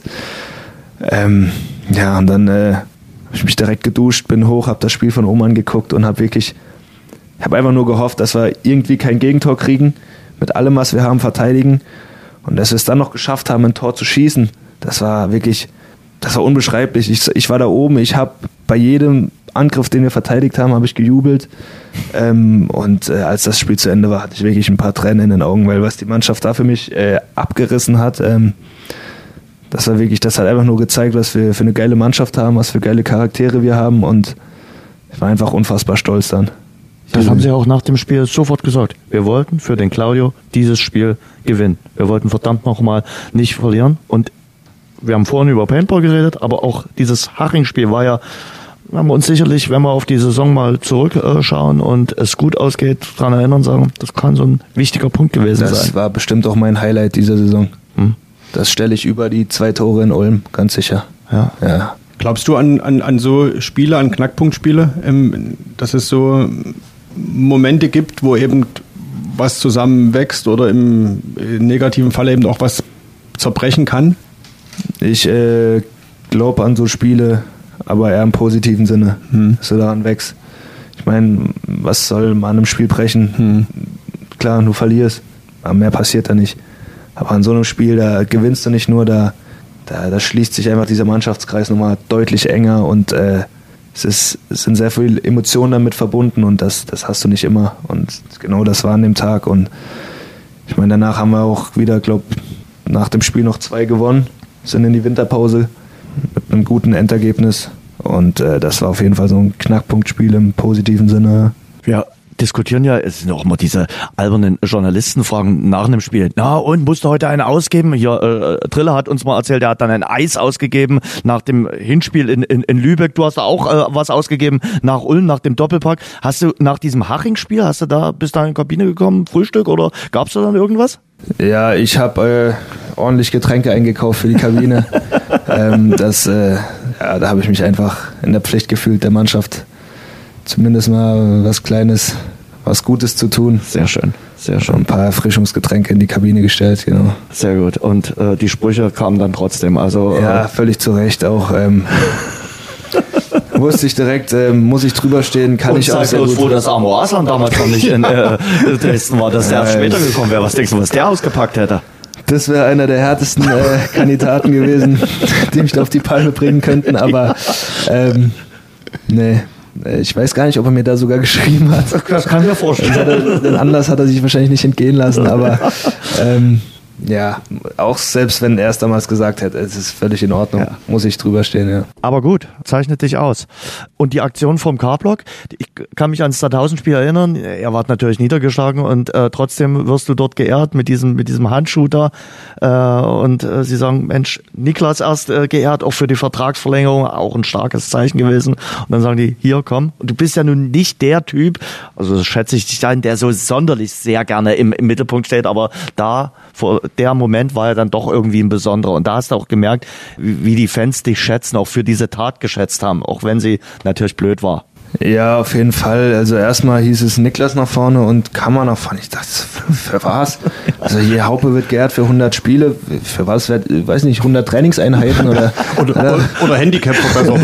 Ähm, ja, und dann äh, habe ich mich direkt geduscht, bin hoch, habe das Spiel von oben angeguckt und habe wirklich, ich habe einfach nur gehofft, dass wir irgendwie kein Gegentor kriegen, mit allem, was wir haben, verteidigen und dass wir es dann noch geschafft haben, ein Tor zu schießen. Das war wirklich, das war unbeschreiblich. Ich, ich war da oben, ich habe bei jedem Angriff, den wir verteidigt haben, habe ich gejubelt. Ähm, und äh, als das Spiel zu Ende war, hatte ich wirklich ein paar Tränen in den Augen, weil was die Mannschaft da für mich äh, abgerissen hat, ähm, das war wirklich, das hat einfach nur gezeigt, was wir für eine geile Mannschaft haben, was für geile Charaktere wir haben und ich war einfach unfassbar stolz dann. Das haben sie auch nach dem Spiel sofort gesagt. Wir wollten für den Claudio dieses Spiel gewinnen. Wir wollten verdammt nochmal nicht verlieren. Und wir haben vorhin über Paintball geredet, aber auch dieses Haching-Spiel war ja, haben wir uns sicherlich, wenn wir auf die Saison mal zurückschauen und es gut ausgeht, daran erinnern, sagen, das kann so ein wichtiger Punkt gewesen Das sein. war bestimmt auch mein Highlight dieser Saison. Hm. Das stelle ich über die zwei Tore in Ulm, ganz sicher. Ja. Ja. Glaubst du an, an, an so Spiele, an Knackpunktspiele, ähm, dass es so Momente gibt, wo eben was zusammenwächst oder im negativen Fall eben auch was zerbrechen kann? Ich äh, glaube an so Spiele, aber eher im positiven Sinne, Hm. dass du daran wächst. Ich meine, was soll man an einem Spiel brechen? Hm. Klar, du verlierst, aber mehr passiert da nicht. Aber an so einem Spiel, da gewinnst du nicht nur, da, da, da schließt sich einfach dieser Mannschaftskreis nochmal deutlich enger und äh, es, ist, es sind sehr viele Emotionen damit verbunden und das, das hast du nicht immer. Und genau das war an dem Tag. Und ich meine, danach haben wir auch wieder, glaube nach dem Spiel noch zwei gewonnen, sind in die Winterpause mit einem guten Endergebnis. Und äh, das war auf jeden Fall so ein Knackpunktspiel im positiven Sinne. Wir diskutieren ja, es sind auch immer diese albernen Journalistenfragen nach einem Spiel. Na, und musste heute einen ausgeben? Hier, äh, Triller hat uns mal erzählt, er hat dann ein Eis ausgegeben nach dem Hinspiel in, in, in Lübeck. Du hast da auch äh, was ausgegeben nach Ulm, nach dem Doppelpack. Hast du nach diesem Haching-Spiel, hast du da, bist da in die Kabine gekommen, Frühstück oder gab's da dann irgendwas? Ja, ich habe äh, ordentlich Getränke eingekauft für die Kabine. ähm, das, äh, ja, da habe ich mich einfach in der Pflicht gefühlt, der Mannschaft zumindest mal was Kleines, was Gutes zu tun. Sehr schön, sehr Schon schön. ein paar Erfrischungsgetränke in die Kabine gestellt, genau. Sehr gut. Und äh, die Sprüche kamen dann trotzdem. Also Ja, völlig zu Recht auch. Ähm, wusste ich direkt, äh, muss ich drüber stehen, kann Und ich auch sag sehr bloß, gut. wo das Amor Aslan damals noch nicht in äh, Dresden war, dass der erst später gekommen wäre. Was denkst du, was der ausgepackt hätte? Das wäre einer der härtesten äh, Kandidaten gewesen, die mich da auf die Palme bringen könnten, aber ähm, nee, ich weiß gar nicht, ob er mir da sogar geschrieben hat. Das kann ich mir vorstellen. Den Anlass hat er sich wahrscheinlich nicht entgehen lassen, aber ähm, ja, auch selbst wenn er es damals gesagt hätte, es ist völlig in Ordnung, ja. Muss ich drüber stehen, ja. Aber gut, zeichnet dich aus. Und die Aktion vom K-Block, ich kann mich ans zweitausend-Spiel erinnern, er war natürlich niedergeschlagen und äh, trotzdem wirst du dort geehrt mit diesem mit diesem Handschuh da äh, und äh, sie sagen, Mensch, Niklas erst äh, geehrt, auch für die Vertragsverlängerung, auch ein starkes Zeichen gewesen. Und dann sagen die, hier, komm. Und du bist ja nun nicht der Typ, also das schätze ich dich ein, der so sonderlich sehr gerne im, im Mittelpunkt steht, aber da vor der Moment war ja dann doch irgendwie ein besonderer. Und da hast du auch gemerkt, wie die Fans dich schätzen, auch für diese Tat geschätzt haben, auch wenn sie natürlich blöd war. Ja, auf jeden Fall. Also erstmal hieß es Niklas nach vorne und Kammer nach vorne. Ich dachte, für, für was? Also hier Haupe wird geehrt für hundert Spiele. Für was? Ich weiß nicht, hundert Trainingseinheiten oder... oder, oder, oder Handicap-Verbesserung.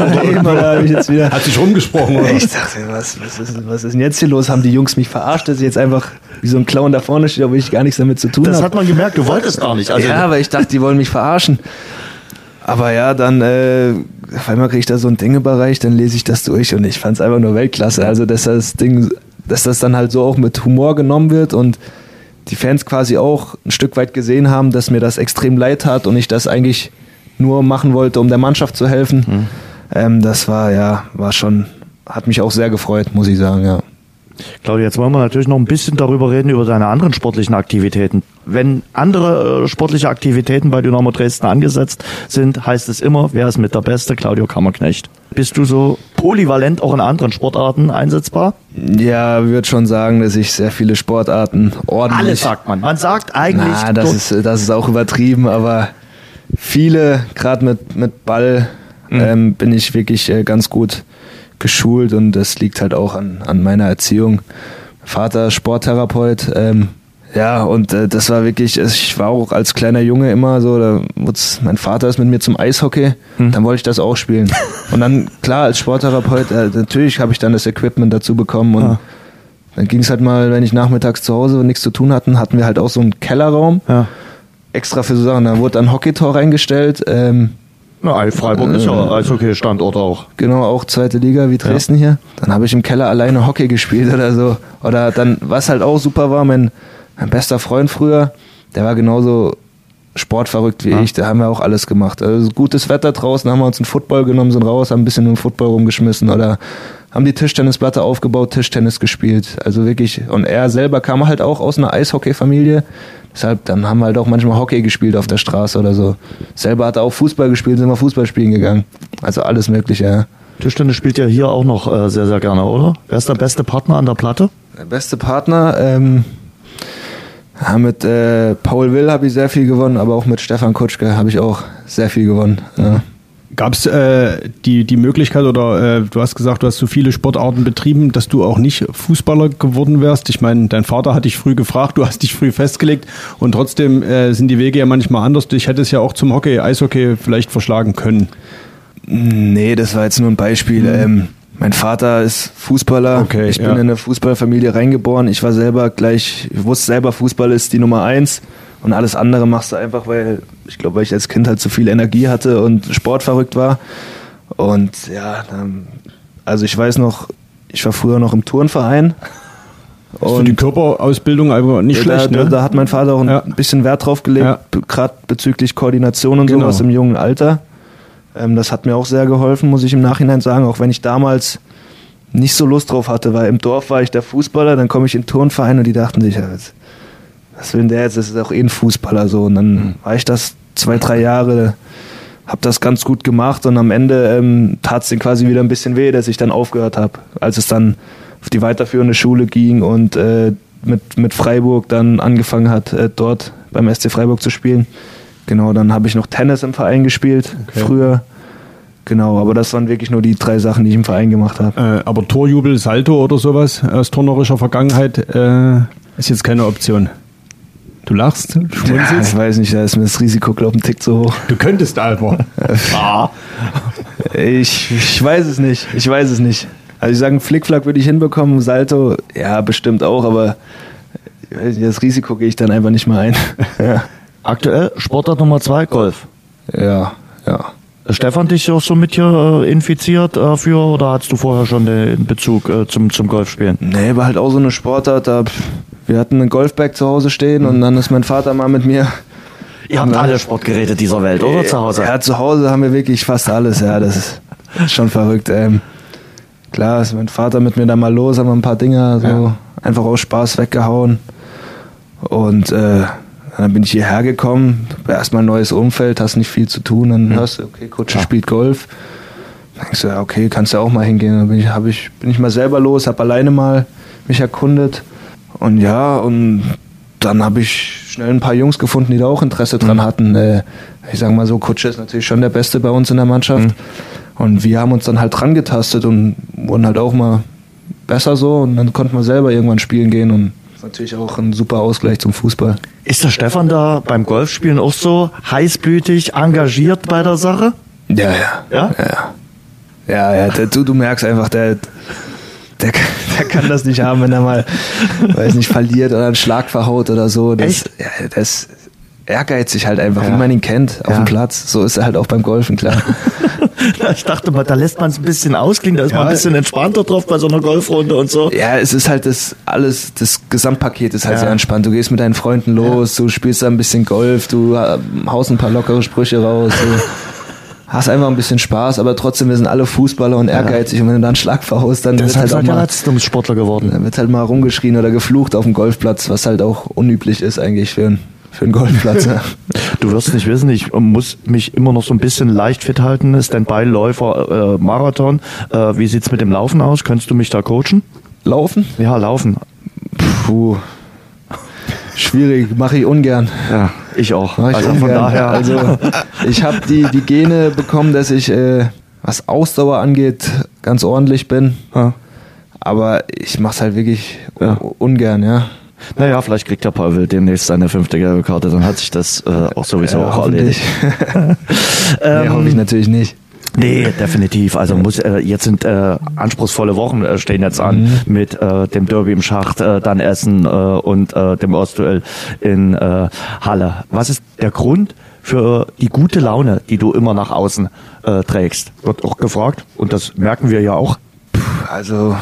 Hat sich rumgesprochen, oder? Ich dachte, was, was, ist, was ist denn jetzt hier los? Haben die Jungs mich verarscht, dass ich jetzt einfach wie so ein Clown da vorne stehe, obwohl ich gar nichts damit zu tun habe? Das hat man gemerkt, du wolltest gar nicht. Also ja, aber ich dachte, die wollen mich verarschen. Aber ja, dann, äh, auf einmal kriege ich da so ein Ding überreicht, dann lese ich das durch und ich fand es einfach nur Weltklasse. Also, dass das Ding, dass das dann halt so auch mit Humor genommen wird und die Fans quasi auch ein Stück weit gesehen haben, dass mir das extrem leid tat und ich das eigentlich nur machen wollte, um der Mannschaft zu helfen. Mhm. Ähm, das war, ja, war schon, hat mich auch sehr gefreut, muss ich sagen, ja. Claudia, jetzt wollen wir natürlich noch ein bisschen darüber reden, über deine anderen sportlichen Aktivitäten. Wenn andere äh, sportliche Aktivitäten bei Dynamo Dresden angesetzt sind, heißt es immer, wer ist mit der Beste? Claudio Kammerknecht. Bist du so polyvalent auch in anderen Sportarten einsetzbar? Ja, würde schon sagen, dass ich sehr viele Sportarten ordentlich... Alles sagt man. Man sagt eigentlich... Na, das ist, das ist auch übertrieben, aber viele, gerade mit, mit Ball, mhm. ähm, bin ich wirklich äh, ganz gut geschult und das liegt halt auch an, an meiner Erziehung. Vater Sporttherapeut, ähm, ja, und äh, das war wirklich, ich war auch als kleiner Junge immer so, da mein Vater ist mit mir zum Eishockey, hm. dann wollte ich das auch spielen. Und dann, klar, als Sporttherapeut, äh, natürlich habe ich dann das Equipment dazu bekommen und ja. Dann ging es halt mal, wenn ich nachmittags zu Hause nichts zu tun hatten, hatten wir halt auch so einen Kellerraum, ja. extra für so Sachen, da wurde ein Hockeytor reingestellt, ähm, Na, Freiburg ist ja Eishockey-Standort auch. Genau, auch zweite Liga wie Dresden ja. hier. Dann habe ich im Keller alleine Hockey gespielt oder so. Oder dann, was halt auch super war, mein, mein bester Freund früher, der war genauso sportverrückt wie ja. ich. Da haben wir auch alles gemacht. Also gutes Wetter draußen, haben wir uns einen Football genommen, sind raus, haben ein bisschen mit dem Football rumgeschmissen oder haben die Tischtennisplatte aufgebaut, Tischtennis gespielt. Also wirklich, und er selber kam halt auch aus einer Eishockey-Familie. Deshalb, dann haben wir halt auch manchmal Hockey gespielt auf der Straße oder so. Selber hat er auch Fußball gespielt, sind wir Fußball spielen gegangen. Also alles Mögliche, ja. Tischtennis spielt ja hier auch noch äh, sehr, sehr gerne, oder? Wer ist der beste Partner an der Platte? Der beste Partner, ähm, ja, mit äh, Paul Will habe ich sehr viel gewonnen, aber auch mit Stefan Kutschke habe ich auch sehr viel gewonnen, ja. Gab es äh, die, die Möglichkeit oder äh, du hast gesagt, du hast so viele Sportarten betrieben, dass du auch nicht Fußballer geworden wärst? Ich meine, dein Vater hat dich früh gefragt, du hast dich früh festgelegt und trotzdem äh, sind die Wege ja manchmal anders. Ich hätte es ja auch zum Hockey, Eishockey vielleicht verschlagen können. Nee, das war jetzt nur ein Beispiel. Mhm. Ähm, mein Vater ist Fußballer, okay, ich bin ja. in eine Fußballfamilie reingeboren. Ich war selber gleich, ich wusste selber, Fußball ist die Nummer eins. Und alles andere machst du einfach, weil ich glaube, weil ich als Kind halt so viel Energie hatte und sportverrückt war. Und ja, also ich weiß noch, ich war früher noch im Turnverein. Und für die Körperausbildung aber nicht ja, schlecht, da, ne? Da hat mein Vater auch ein ja. bisschen Wert drauf gelegt, ja. gerade bezüglich Koordination und genau. sowas im jungen Alter. Ähm, das hat mir auch sehr geholfen, muss ich im Nachhinein sagen, auch wenn ich damals nicht so Lust drauf hatte, weil im Dorf war ich der Fußballer, dann komme ich in den Turnverein und die dachten sich, ja, jetzt was will denn der jetzt? Das ist auch eh ein Fußballer so. Und dann mhm. war ich das zwei, drei Jahre, habe das ganz gut gemacht und am Ende ähm, tat es denen quasi wieder ein bisschen weh, dass ich dann aufgehört habe. Als es dann auf die weiterführende Schule ging und äh, mit, mit Freiburg dann angefangen hat, äh, dort beim S C Freiburg zu spielen. Genau, dann habe ich noch Tennis im Verein gespielt, okay. früher. Genau, aber das waren wirklich nur die drei Sachen, die ich im Verein gemacht habe. Äh, aber Torjubel, Salto oder sowas aus turnerischer Vergangenheit äh, ist jetzt keine Option. Du lachst, du schmunzelst. Ja, ich weiß nicht, da ist mir das Risiko, glaube ich, ein Tick zu hoch. Du könntest aber. ja. Ich, ich weiß es nicht. Ich weiß es nicht. Also ich sage, einen Flickflack würde ich hinbekommen, Salto, ja, bestimmt auch, aber das Risiko gehe ich dann einfach nicht mehr ein. Ja. Aktuell Sportart Nummer zwei, Golf. Ja, ja. Stefan dich auch so mit hier äh, infiziert dafür äh, oder hattest du vorher schon den Bezug äh, zum, zum Golfspielen? Nee, war halt auch so eine Sportart, da, wir hatten einen Golfbag zu Hause stehen und dann ist mein Vater mal mit mir. Ihr habt alle Sportgeräte dieser Welt, oder zu Hause? Ja, zu Hause haben wir wirklich fast alles, ja, das ist schon verrückt. Ähm, klar, ist mein Vater mit mir da mal los, haben wir ein paar Dinger so ja. einfach aus Spaß weggehauen und äh, dann bin ich hierher gekommen, erstmal ein neues Umfeld, hast nicht viel zu tun, dann mhm. hörst du, okay, Kutsche ja. spielt Golf. Dann denkst du, ja, okay, kannst du auch mal hingehen. Dann bin ich, hab ich, bin ich mal selber los, habe alleine mal mich erkundet. Und ja, und dann habe ich schnell ein paar Jungs gefunden, die da auch Interesse dran mhm. hatten. Äh, ich sage mal so, Kutsche ist natürlich schon der Beste bei uns in der Mannschaft. Mhm. Und wir haben uns dann halt dran getastet und wurden halt auch mal besser so. Und dann konnten wir selber irgendwann spielen gehen und natürlich auch ein super Ausgleich zum Fußball. Ist der Stefan da beim Golfspielen auch so heißblütig engagiert bei der Sache? Ja, ja. Ja? Ja, ja, ja der, du, du merkst einfach, der, der, der kann das nicht haben, wenn er mal, weiß nicht, verliert oder einen Schlag verhaut oder so. Das, Echt? Ja, das ehrgeizig halt einfach, ja. wie man ihn kennt, auf ja. dem Platz. So ist er halt auch beim Golfen, klar. Ich dachte mal, da lässt man es ein bisschen ausklingen, da ist ja. man ein bisschen entspannter drauf bei so einer Golfrunde und so. Ja, es ist halt das alles, das Gesamtpaket ist halt ja. sehr entspannt. Du gehst mit deinen Freunden los, ja. du spielst da ein bisschen Golf, du haust ein paar lockere Sprüche raus, du hast einfach ein bisschen Spaß, aber trotzdem, wir sind alle Fußballer und ehrgeizig ja. und wenn du dann einen Schlag verhaust, dann das wird halt auch mal Sportler geworden. Dann wird halt mal rumgeschrien oder geflucht auf dem Golfplatz, was halt auch unüblich ist eigentlich für einen Für einen Golfplatz, ja. Du wirst nicht wissen, ich muss mich immer noch so ein bisschen leicht fit halten. Standby-Läufer, äh, Marathon. Äh, wie sieht's mit dem Laufen aus? Könntest du mich da coachen? Laufen? Ja, laufen. Puh. Schwierig, mache ich ungern. Ja, ich auch. Mach ich also ungern. von daher. Also ich habe die, die Gene bekommen, dass ich, äh, was Ausdauer angeht, ganz ordentlich bin. Ja. Aber ich mache es halt wirklich ja. ungern, ja. Naja, vielleicht kriegt der Pavel demnächst seine fünfte gelbe Karte, dann hat sich das äh, auch sowieso ja, auch erledigt. ähm, nee, hoffe ich natürlich nicht. Nee, definitiv. Also muss äh, jetzt sind äh, anspruchsvolle Wochen äh, stehen jetzt an mhm. mit äh, dem Derby im Schacht, äh, dann Essen äh, und äh, dem Ostduell in äh, Halle. Was ist der Grund für die gute Laune, die du immer nach außen äh, trägst? Wird auch gefragt und das merken wir ja auch. Puh, also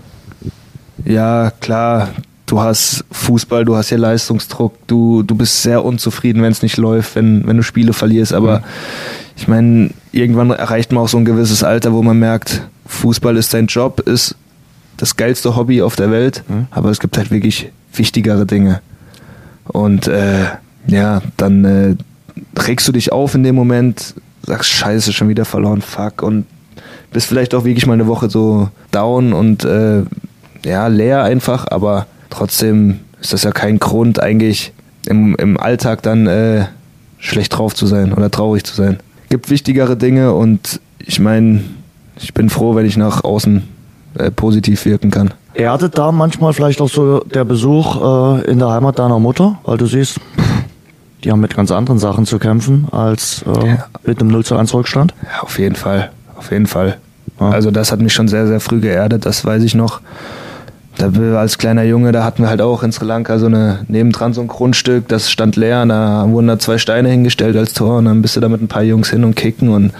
ja, klar. Du hast Fußball, du hast hier Leistungsdruck, du, du bist sehr unzufrieden, wenn es nicht läuft, wenn, wenn du Spiele verlierst. Aber mhm. ich meine, irgendwann erreicht man auch so ein gewisses Alter, wo man merkt, Fußball ist dein Job, ist das geilste Hobby auf der Welt, mhm. aber es gibt halt wirklich wichtigere Dinge. Und äh, ja, dann äh, regst du dich auf in dem Moment, sagst, scheiße, schon wieder verloren, fuck. Und bist vielleicht auch wirklich mal eine Woche so down und äh, ja, leer einfach, aber trotzdem ist das ja kein Grund, eigentlich im, im Alltag dann äh, schlecht drauf zu sein oder traurig zu sein. Gibt wichtigere Dinge und ich meine, ich bin froh, wenn ich nach außen äh, positiv wirken kann. Erdet da manchmal vielleicht auch so der Besuch äh, in der Heimat deiner Mutter, weil du siehst, die haben mit ganz anderen Sachen zu kämpfen als äh, ja. mit einem null zu eins Rückstand? Ja, auf jeden Fall, auf jeden Fall. Ja. Also das hat mich schon sehr, sehr früh geerdet, das weiß ich noch. Da als kleiner Junge, da hatten wir halt auch in Sri Lanka so eine, nebendran so ein Grundstück, das stand leer, und da wurden da zwei Steine hingestellt als Tor und dann bist du da mit ein paar Jungs hin und kicken und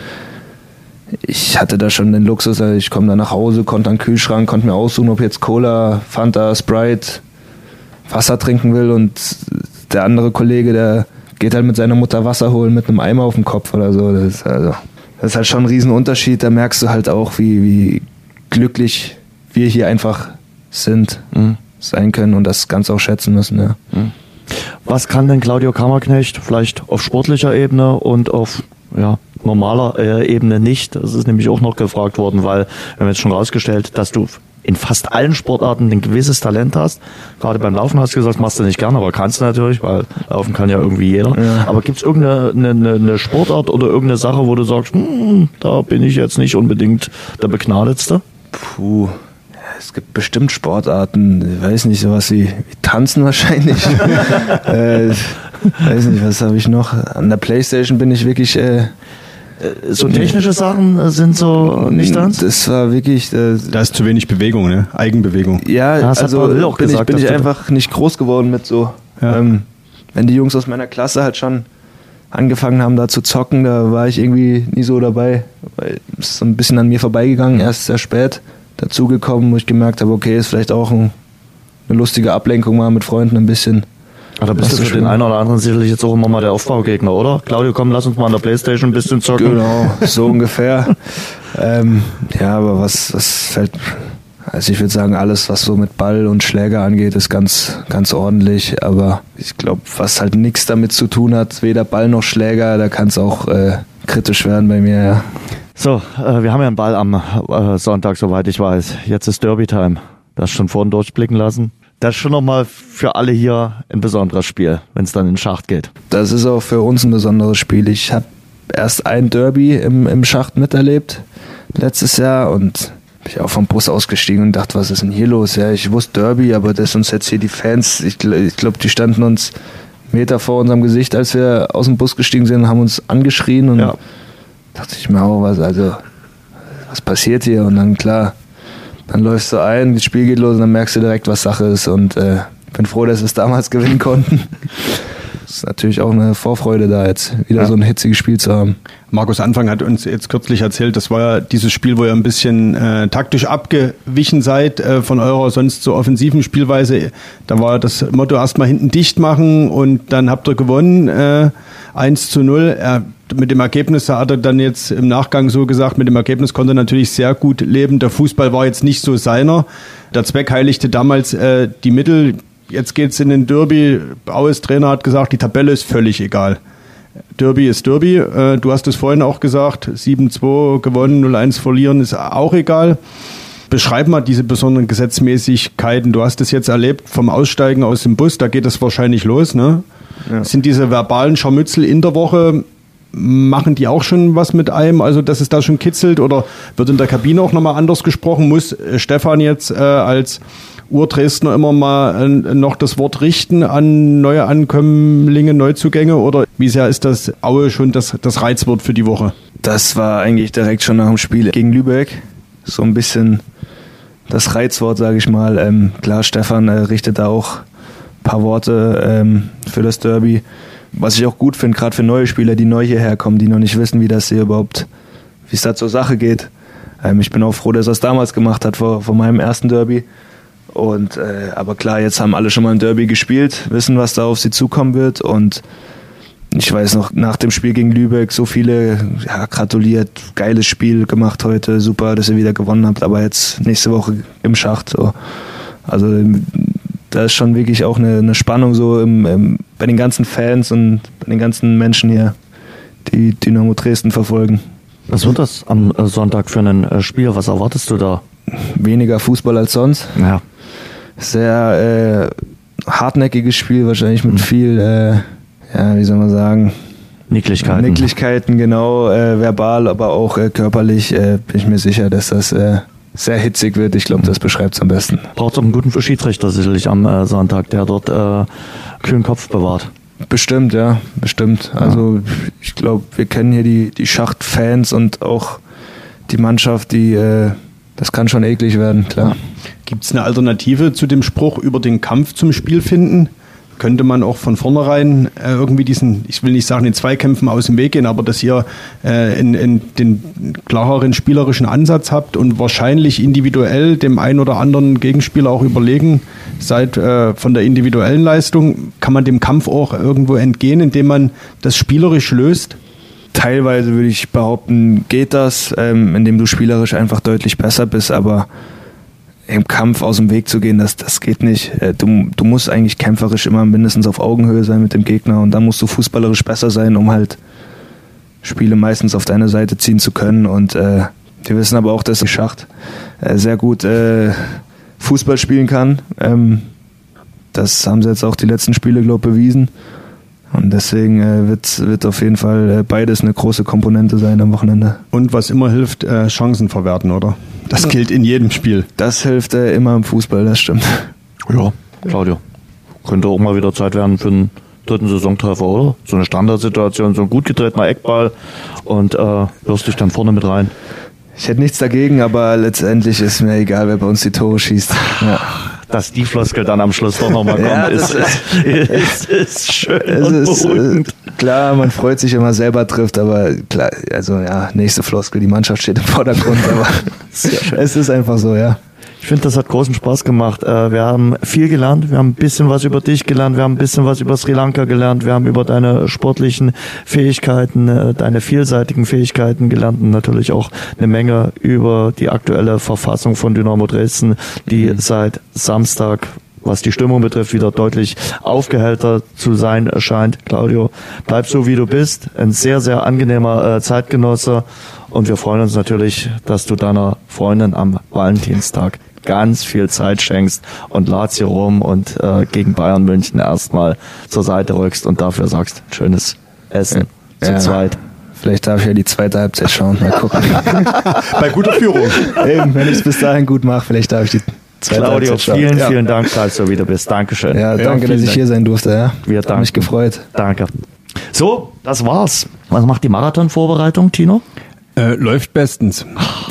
ich hatte da schon den Luxus, also ich komme da nach Hause, konnte an den Kühlschrank, konnte mir aussuchen, ob jetzt Cola, Fanta, Sprite, Wasser trinken will und der andere Kollege, der geht halt mit seiner Mutter Wasser holen mit einem Eimer auf dem Kopf oder so. Das ist, also, das ist halt schon ein Riesenunterschied, da merkst du halt auch, wie, wie glücklich wir hier einfach sind, mhm. sein können und das Ganze auch schätzen müssen. Ja. Mhm. Was kann denn Claudio Kammerknecht vielleicht auf sportlicher Ebene und auf ja, normaler äh, Ebene nicht? Das ist nämlich auch noch gefragt worden, weil wir haben jetzt schon rausgestellt, dass du in fast allen Sportarten ein gewisses Talent hast. Gerade beim Laufen hast du gesagt, machst du nicht gerne, aber kannst du natürlich, weil Laufen kann ja irgendwie jeder. Ja. Aber gibt es irgendeine eine, eine Sportart oder irgendeine Sache, wo du sagst, hm, da bin ich jetzt nicht unbedingt der Begnadetste? Puh. Es gibt bestimmt Sportarten, ich weiß nicht, sowas wie, wie Tanzen wahrscheinlich. äh, weiß nicht, was habe ich noch? An der Playstation bin ich wirklich äh, So technische Sachen sind so nicht deins? Das war wirklich... Äh, da ist zu wenig Bewegung, ne? Eigenbewegung. Ja, das also auch bin gesagt, ich, bin ich einfach nicht groß geworden mit so... Ja. Ähm, wenn die Jungs aus meiner Klasse halt schon angefangen haben, da zu zocken, da war ich irgendwie nie so dabei. Weil es ist so ein bisschen an mir vorbeigegangen, erst sehr spät dazugekommen, wo ich gemerkt habe, okay, ist vielleicht auch ein, eine lustige Ablenkung mal mit Freunden ein bisschen. Ja, da bist du für den einen oder anderen sicherlich jetzt auch immer mal der Aufbaugegner, oder? Claudio, komm, lass uns mal an der Playstation ein bisschen zocken. Genau, so ungefähr. ähm, ja, aber was, was fällt... Also ich würde sagen, alles, was so mit Ball und Schläger angeht, ist ganz, ganz ordentlich. Aber ich glaube, was halt nichts damit zu tun hat, weder Ball noch Schläger, da kann es auch äh, kritisch werden bei mir, ja. So, äh, wir haben ja einen Ball am äh, Sonntag, soweit ich weiß. Jetzt ist Derby-Time. Das schon vorhin durchblicken lassen. Das ist schon nochmal für alle hier ein besonderes Spiel, wenn es dann in den Schacht geht. Das ist auch für uns ein besonderes Spiel. Ich habe erst ein Derby im, im Schacht miterlebt, letztes Jahr, und bin ich auch vom Bus ausgestiegen und dachte, was ist denn hier los? Ja, ich wusste Derby, aber das uns jetzt hier die Fans, ich, ich glaube, die standen uns Meter vor unserem Gesicht, als wir aus dem Bus gestiegen sind, und haben uns angeschrien, und ja. dachte ich mir auch, was, also, was passiert hier? Und dann, klar, dann läufst du ein, das Spiel geht los und dann merkst du direkt, was Sache ist, und äh, bin froh, dass wir es damals gewinnen konnten. Das ist natürlich auch eine Vorfreude da, jetzt wieder ja. so ein hitziges Spiel zu haben. Markus Anfang hat uns jetzt kürzlich erzählt, das war ja dieses Spiel, wo ihr ein bisschen äh, taktisch abgewichen seid äh, von eurer sonst so offensiven Spielweise. Da war das Motto erstmal hinten dicht machen, und dann habt ihr gewonnen, äh, eins zu null. Er, mit dem Ergebnis, da hat er dann jetzt im Nachgang so gesagt, mit dem Ergebnis konnte er natürlich sehr gut leben. Der Fußball war jetzt nicht so seiner. Der Zweck heiligte damals äh, die Mittel. Jetzt geht's in den Derby. Aues Trainer hat gesagt, die Tabelle ist völlig egal. Derby ist Derby. Äh, du hast es vorhin auch gesagt, sieben zwei gewonnen, null eins verlieren ist auch egal. Beschreib mal diese besonderen Gesetzmäßigkeiten. Du hast es jetzt erlebt vom Aussteigen aus dem Bus, da geht es wahrscheinlich los, ne? Ja. Sind diese verbalen Scharmützel in der Woche, machen die auch schon was mit einem, also dass es da schon kitzelt, oder wird in der Kabine auch nochmal anders gesprochen? Muss Stefan jetzt äh, als Ur-Dresdner immer mal äh, noch das Wort richten an neue Ankömmlinge, Neuzugänge, oder wie sehr ist das Aue schon das, das Reizwort für die Woche? Das war eigentlich direkt schon nach dem Spiel gegen Lübeck so ein bisschen das Reizwort, sage ich mal. Ähm, klar, Stefan äh, richtet da auch ein paar Worte ähm, für das Derby. Was ich auch gut finde, gerade für neue Spieler, die neu hierher kommen, die noch nicht wissen, wie das hier überhaupt, wie es da zur Sache geht. Ähm, ich bin auch froh, dass er es damals gemacht hat, vor, vor meinem ersten Derby. Und, äh, aber klar, jetzt haben alle schon mal ein Derby gespielt, wissen, was da auf sie zukommen wird. Und ich weiß noch, nach dem Spiel gegen Lübeck, so viele, ja, gratuliert, geiles Spiel gemacht heute, super, dass ihr wieder gewonnen habt, aber jetzt nächste Woche im Schacht. So. Also da ist schon wirklich auch eine, eine Spannung so im, im, bei den ganzen Fans und bei den ganzen Menschen hier, die Dynamo Dresden verfolgen. Was wird das am Sonntag für ein Spiel? Was erwartest du da? Weniger Fußball als sonst. Ja. Sehr äh, hartnäckiges Spiel, wahrscheinlich mit viel, äh, ja, wie soll man sagen, Nicklichkeiten. Nicklichkeiten, genau, äh, verbal, aber auch äh, körperlich äh, bin ich mir sicher, dass das äh, sehr hitzig wird. Ich glaube, das beschreibt es am besten. Braucht es auch einen guten Schiedsrichter sicherlich am äh, Sonntag, der dort äh, kühlen Kopf bewahrt. Bestimmt, ja, bestimmt. Ja. Also ich glaube, wir kennen hier die, die Schachtfans und auch die Mannschaft, die äh, das kann schon eklig werden, klar. Gibt es eine Alternative zu dem Spruch über den Kampf zum Spiel finden? Könnte man auch von vornherein äh, irgendwie diesen, ich will nicht sagen, den Zweikämpfen aus dem Weg gehen, aber dass ihr äh, in, in den klareren spielerischen Ansatz habt und wahrscheinlich individuell dem einen oder anderen Gegenspieler auch überlegen seid äh, von der individuellen Leistung, kann man dem Kampf auch irgendwo entgehen, indem man das spielerisch löst? Teilweise würde ich behaupten, geht das, ähm, indem du spielerisch einfach deutlich besser bist, aber im Kampf aus dem Weg zu gehen, das, das geht nicht. Du, du musst eigentlich kämpferisch immer mindestens auf Augenhöhe sein mit dem Gegner, und dann musst du fußballerisch besser sein, um halt Spiele meistens auf deine Seite ziehen zu können. Und äh, wir wissen aber auch, dass Schacht äh, sehr gut äh, Fußball spielen kann. Ähm, das haben sie jetzt auch die letzten Spiele, glaube ich, bewiesen. Und deswegen äh, wird, wird auf jeden Fall äh, beides eine große Komponente sein am Wochenende. Und was immer hilft, äh, Chancen verwerten, oder? Das gilt in jedem Spiel. Das hilft äh, immer im Fußball, das stimmt. Ja, Claudio. Könnte auch mal wieder Zeit werden für ein dritten Saisontreffer, oder? So eine Standardsituation, so ein gut getretener Eckball und äh, wirst dich dann vorne mit rein. Ich hätte nichts dagegen, aber letztendlich ist mir egal, wer bei uns die Tore schießt. Ja. Dass die Floskel dann am Schluss doch nochmal kommt, ja, ist, ist, ist, ist schön es und ist, beruhigend. Äh, klar, man freut sich, wenn man selber trifft, aber klar, also ja, nächste Floskel, die Mannschaft steht im Vordergrund, aber es ist einfach so, ja. Ich finde, das hat großen Spaß gemacht. Wir haben viel gelernt, wir haben ein bisschen was über dich gelernt, wir haben ein bisschen was über Sri Lanka gelernt, wir haben über deine sportlichen Fähigkeiten, deine vielseitigen Fähigkeiten gelernt und natürlich auch eine Menge über die aktuelle Verfassung von Dynamo Dresden, die mhm. seit Samstag, was die Stimmung betrifft, wieder deutlich aufgehellter zu sein scheint. Claudio, bleib so, wie du bist. Ein sehr, sehr angenehmer äh, Zeitgenosse. Und wir freuen uns natürlich, dass du deiner Freundin am Valentinstag ganz viel Zeit schenkst und Lazio rum und äh, gegen Bayern München erstmal zur Seite rückst und dafür sagst, schönes Essen ja. zu ja. zweit. Vielleicht darf ich ja die zweite Halbzeit schauen. Mal gucken. Bei guter Führung. Eben, wenn ich es bis dahin gut mache, vielleicht darf ich die zweite Claudio, Halbzeit schauen. vielen, Ja. vielen Dank, dass du wieder bist. Dankeschön. Ja, danke, Ja, dass ich Dank. hier sein durfte. Ja. Wir Hat danken. mich gefreut. Danke. So, das war's. Was macht die Marathon-Vorbereitung, Tino? Äh, läuft bestens.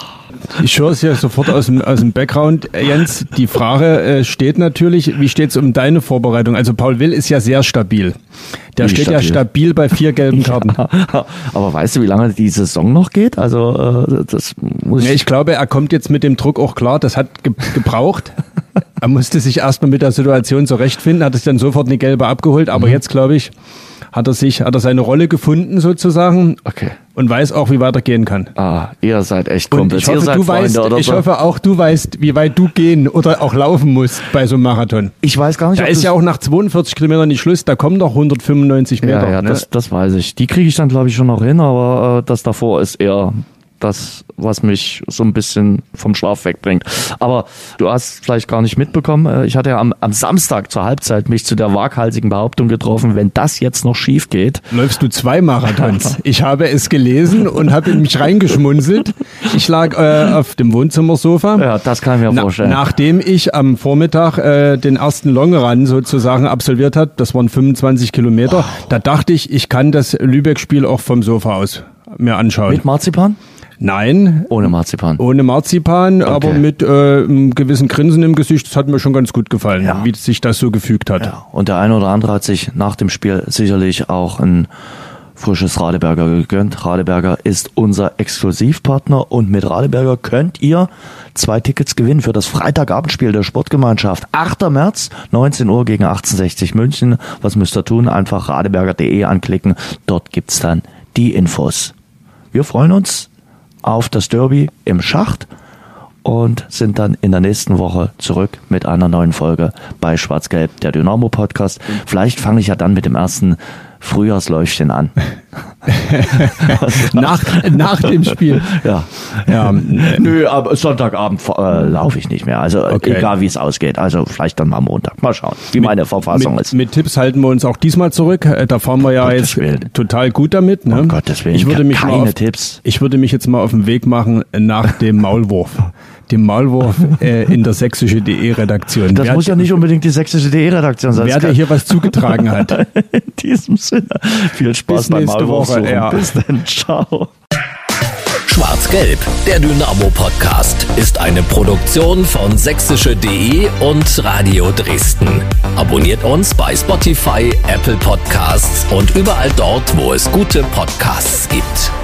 Ich höre es ja sofort aus dem, aus dem Background. Äh, Jens, die Frage äh, steht natürlich, wie steht es um deine Vorbereitung? Also Paul Will ist ja sehr stabil. Der Wie steht stabil? ja stabil bei vier gelben Karten. Ja, aber weißt du, wie lange die Saison noch geht? Also äh, das muss Ja, ich... ich glaube, er kommt jetzt mit dem Druck auch klar. Das hat ge gebraucht. Er musste sich erstmal mit der Situation zurechtfinden, hat sich dann sofort eine gelbe abgeholt. Aber mhm. jetzt, glaube ich, hat er sich, hat er seine Rolle gefunden sozusagen. Okay. Und weiß auch, wie weitergehen kann. Ah, ihr seid echt Und Kumpels. ich hoffe, ihr seid du Freunde, weißt, oder ich so? hoffe auch, du weißt, wie weit du gehen oder auch laufen musst bei so einem Marathon. Ich weiß gar nicht, Da ob ist das- ja auch nach zweiundvierzig Kilometern nicht Schluss, da kommen doch hundertfünfundneunzig Meter. Ja, ja, ne? das, das weiß ich. Die kriege ich dann, glaube ich, schon noch hin, aber äh, das davor ist eher das, was mich so ein bisschen vom Schlaf wegbringt. Aber du hast vielleicht gar nicht mitbekommen, äh, ich hatte ja am, am Samstag zur Halbzeit mich zu der waghalsigen Behauptung getroffen, wenn das jetzt noch schief geht. Läufst du zwei Marathons? Ich habe es gelesen und habe in mich reingeschmunzelt. Ich lag äh, auf dem Wohnzimmersofa. Ja, das kann ich mir Na, vorstellen. nachdem ich am Vormittag äh, den ersten Longrun sozusagen absolviert habe, das waren fünfundzwanzig Kilometer, da dachte ich, ich kann das Lübeck-Spiel auch vom Sofa aus mir anschauen. Mit Marzipan? Nein, Ohne Marzipan. ohne Marzipan, Okay. aber mit äh, einem gewissen Grinsen im Gesicht. Das hat mir schon ganz gut gefallen, Ja. wie sich das so gefügt hat. Ja, und der eine oder andere hat sich nach dem Spiel sicherlich auch ein frisches Radeberger gegönnt. Radeberger ist unser Exklusivpartner und mit Radeberger könnt ihr zwei Tickets gewinnen für das Freitagabendspiel der Sportgemeinschaft. achter März, neunzehn Uhr gegen achtzehnhundertsechzig München. Was müsst ihr tun? Einfach radeberger punkt de anklicken. Dort gibt's dann die Infos. Wir freuen uns auf das Derby im Schacht und sind dann in der nächsten Woche zurück mit einer neuen Folge bei Schwarz-Gelb, der Dynamo-Podcast. Vielleicht fange ich ja dann mit dem ersten Frühjahrsläufchen an. nach, nach dem Spiel. Ja. Ja, Nö, aber Sonntagabend äh, laufe ich nicht mehr. Also Okay. egal, wie es ausgeht. Also vielleicht dann mal Montag. Mal schauen, wie meine Verfassung mit, ist. mit Tipps halten wir uns auch diesmal zurück. Äh, Da fahren wir ja Gottes jetzt Willen. total gut damit. Ne? Um Gottes Willen, ich würde mich keine mal auf, Tipps. Ich würde mich jetzt mal auf den Weg machen nach dem Maulwurf. Dem Maulwurf äh, in der sächsische punkt de-Redaktion. Das wer, muss ja nicht unbedingt die sächsische punkt de-Redaktion sein. wer Das dir kann- hier was zugetragen hat. In diesem Sinne, viel Spaß Bis beim nächste Maulwurf Woche, suchen. ja. Bis dann, ciao. Schwarz-Gelb, der Dynamo-Podcast, ist eine Produktion von sächsische punkt de und Radio Dresden. Abonniert uns bei Spotify, Apple Podcasts und überall dort, wo es gute Podcasts gibt.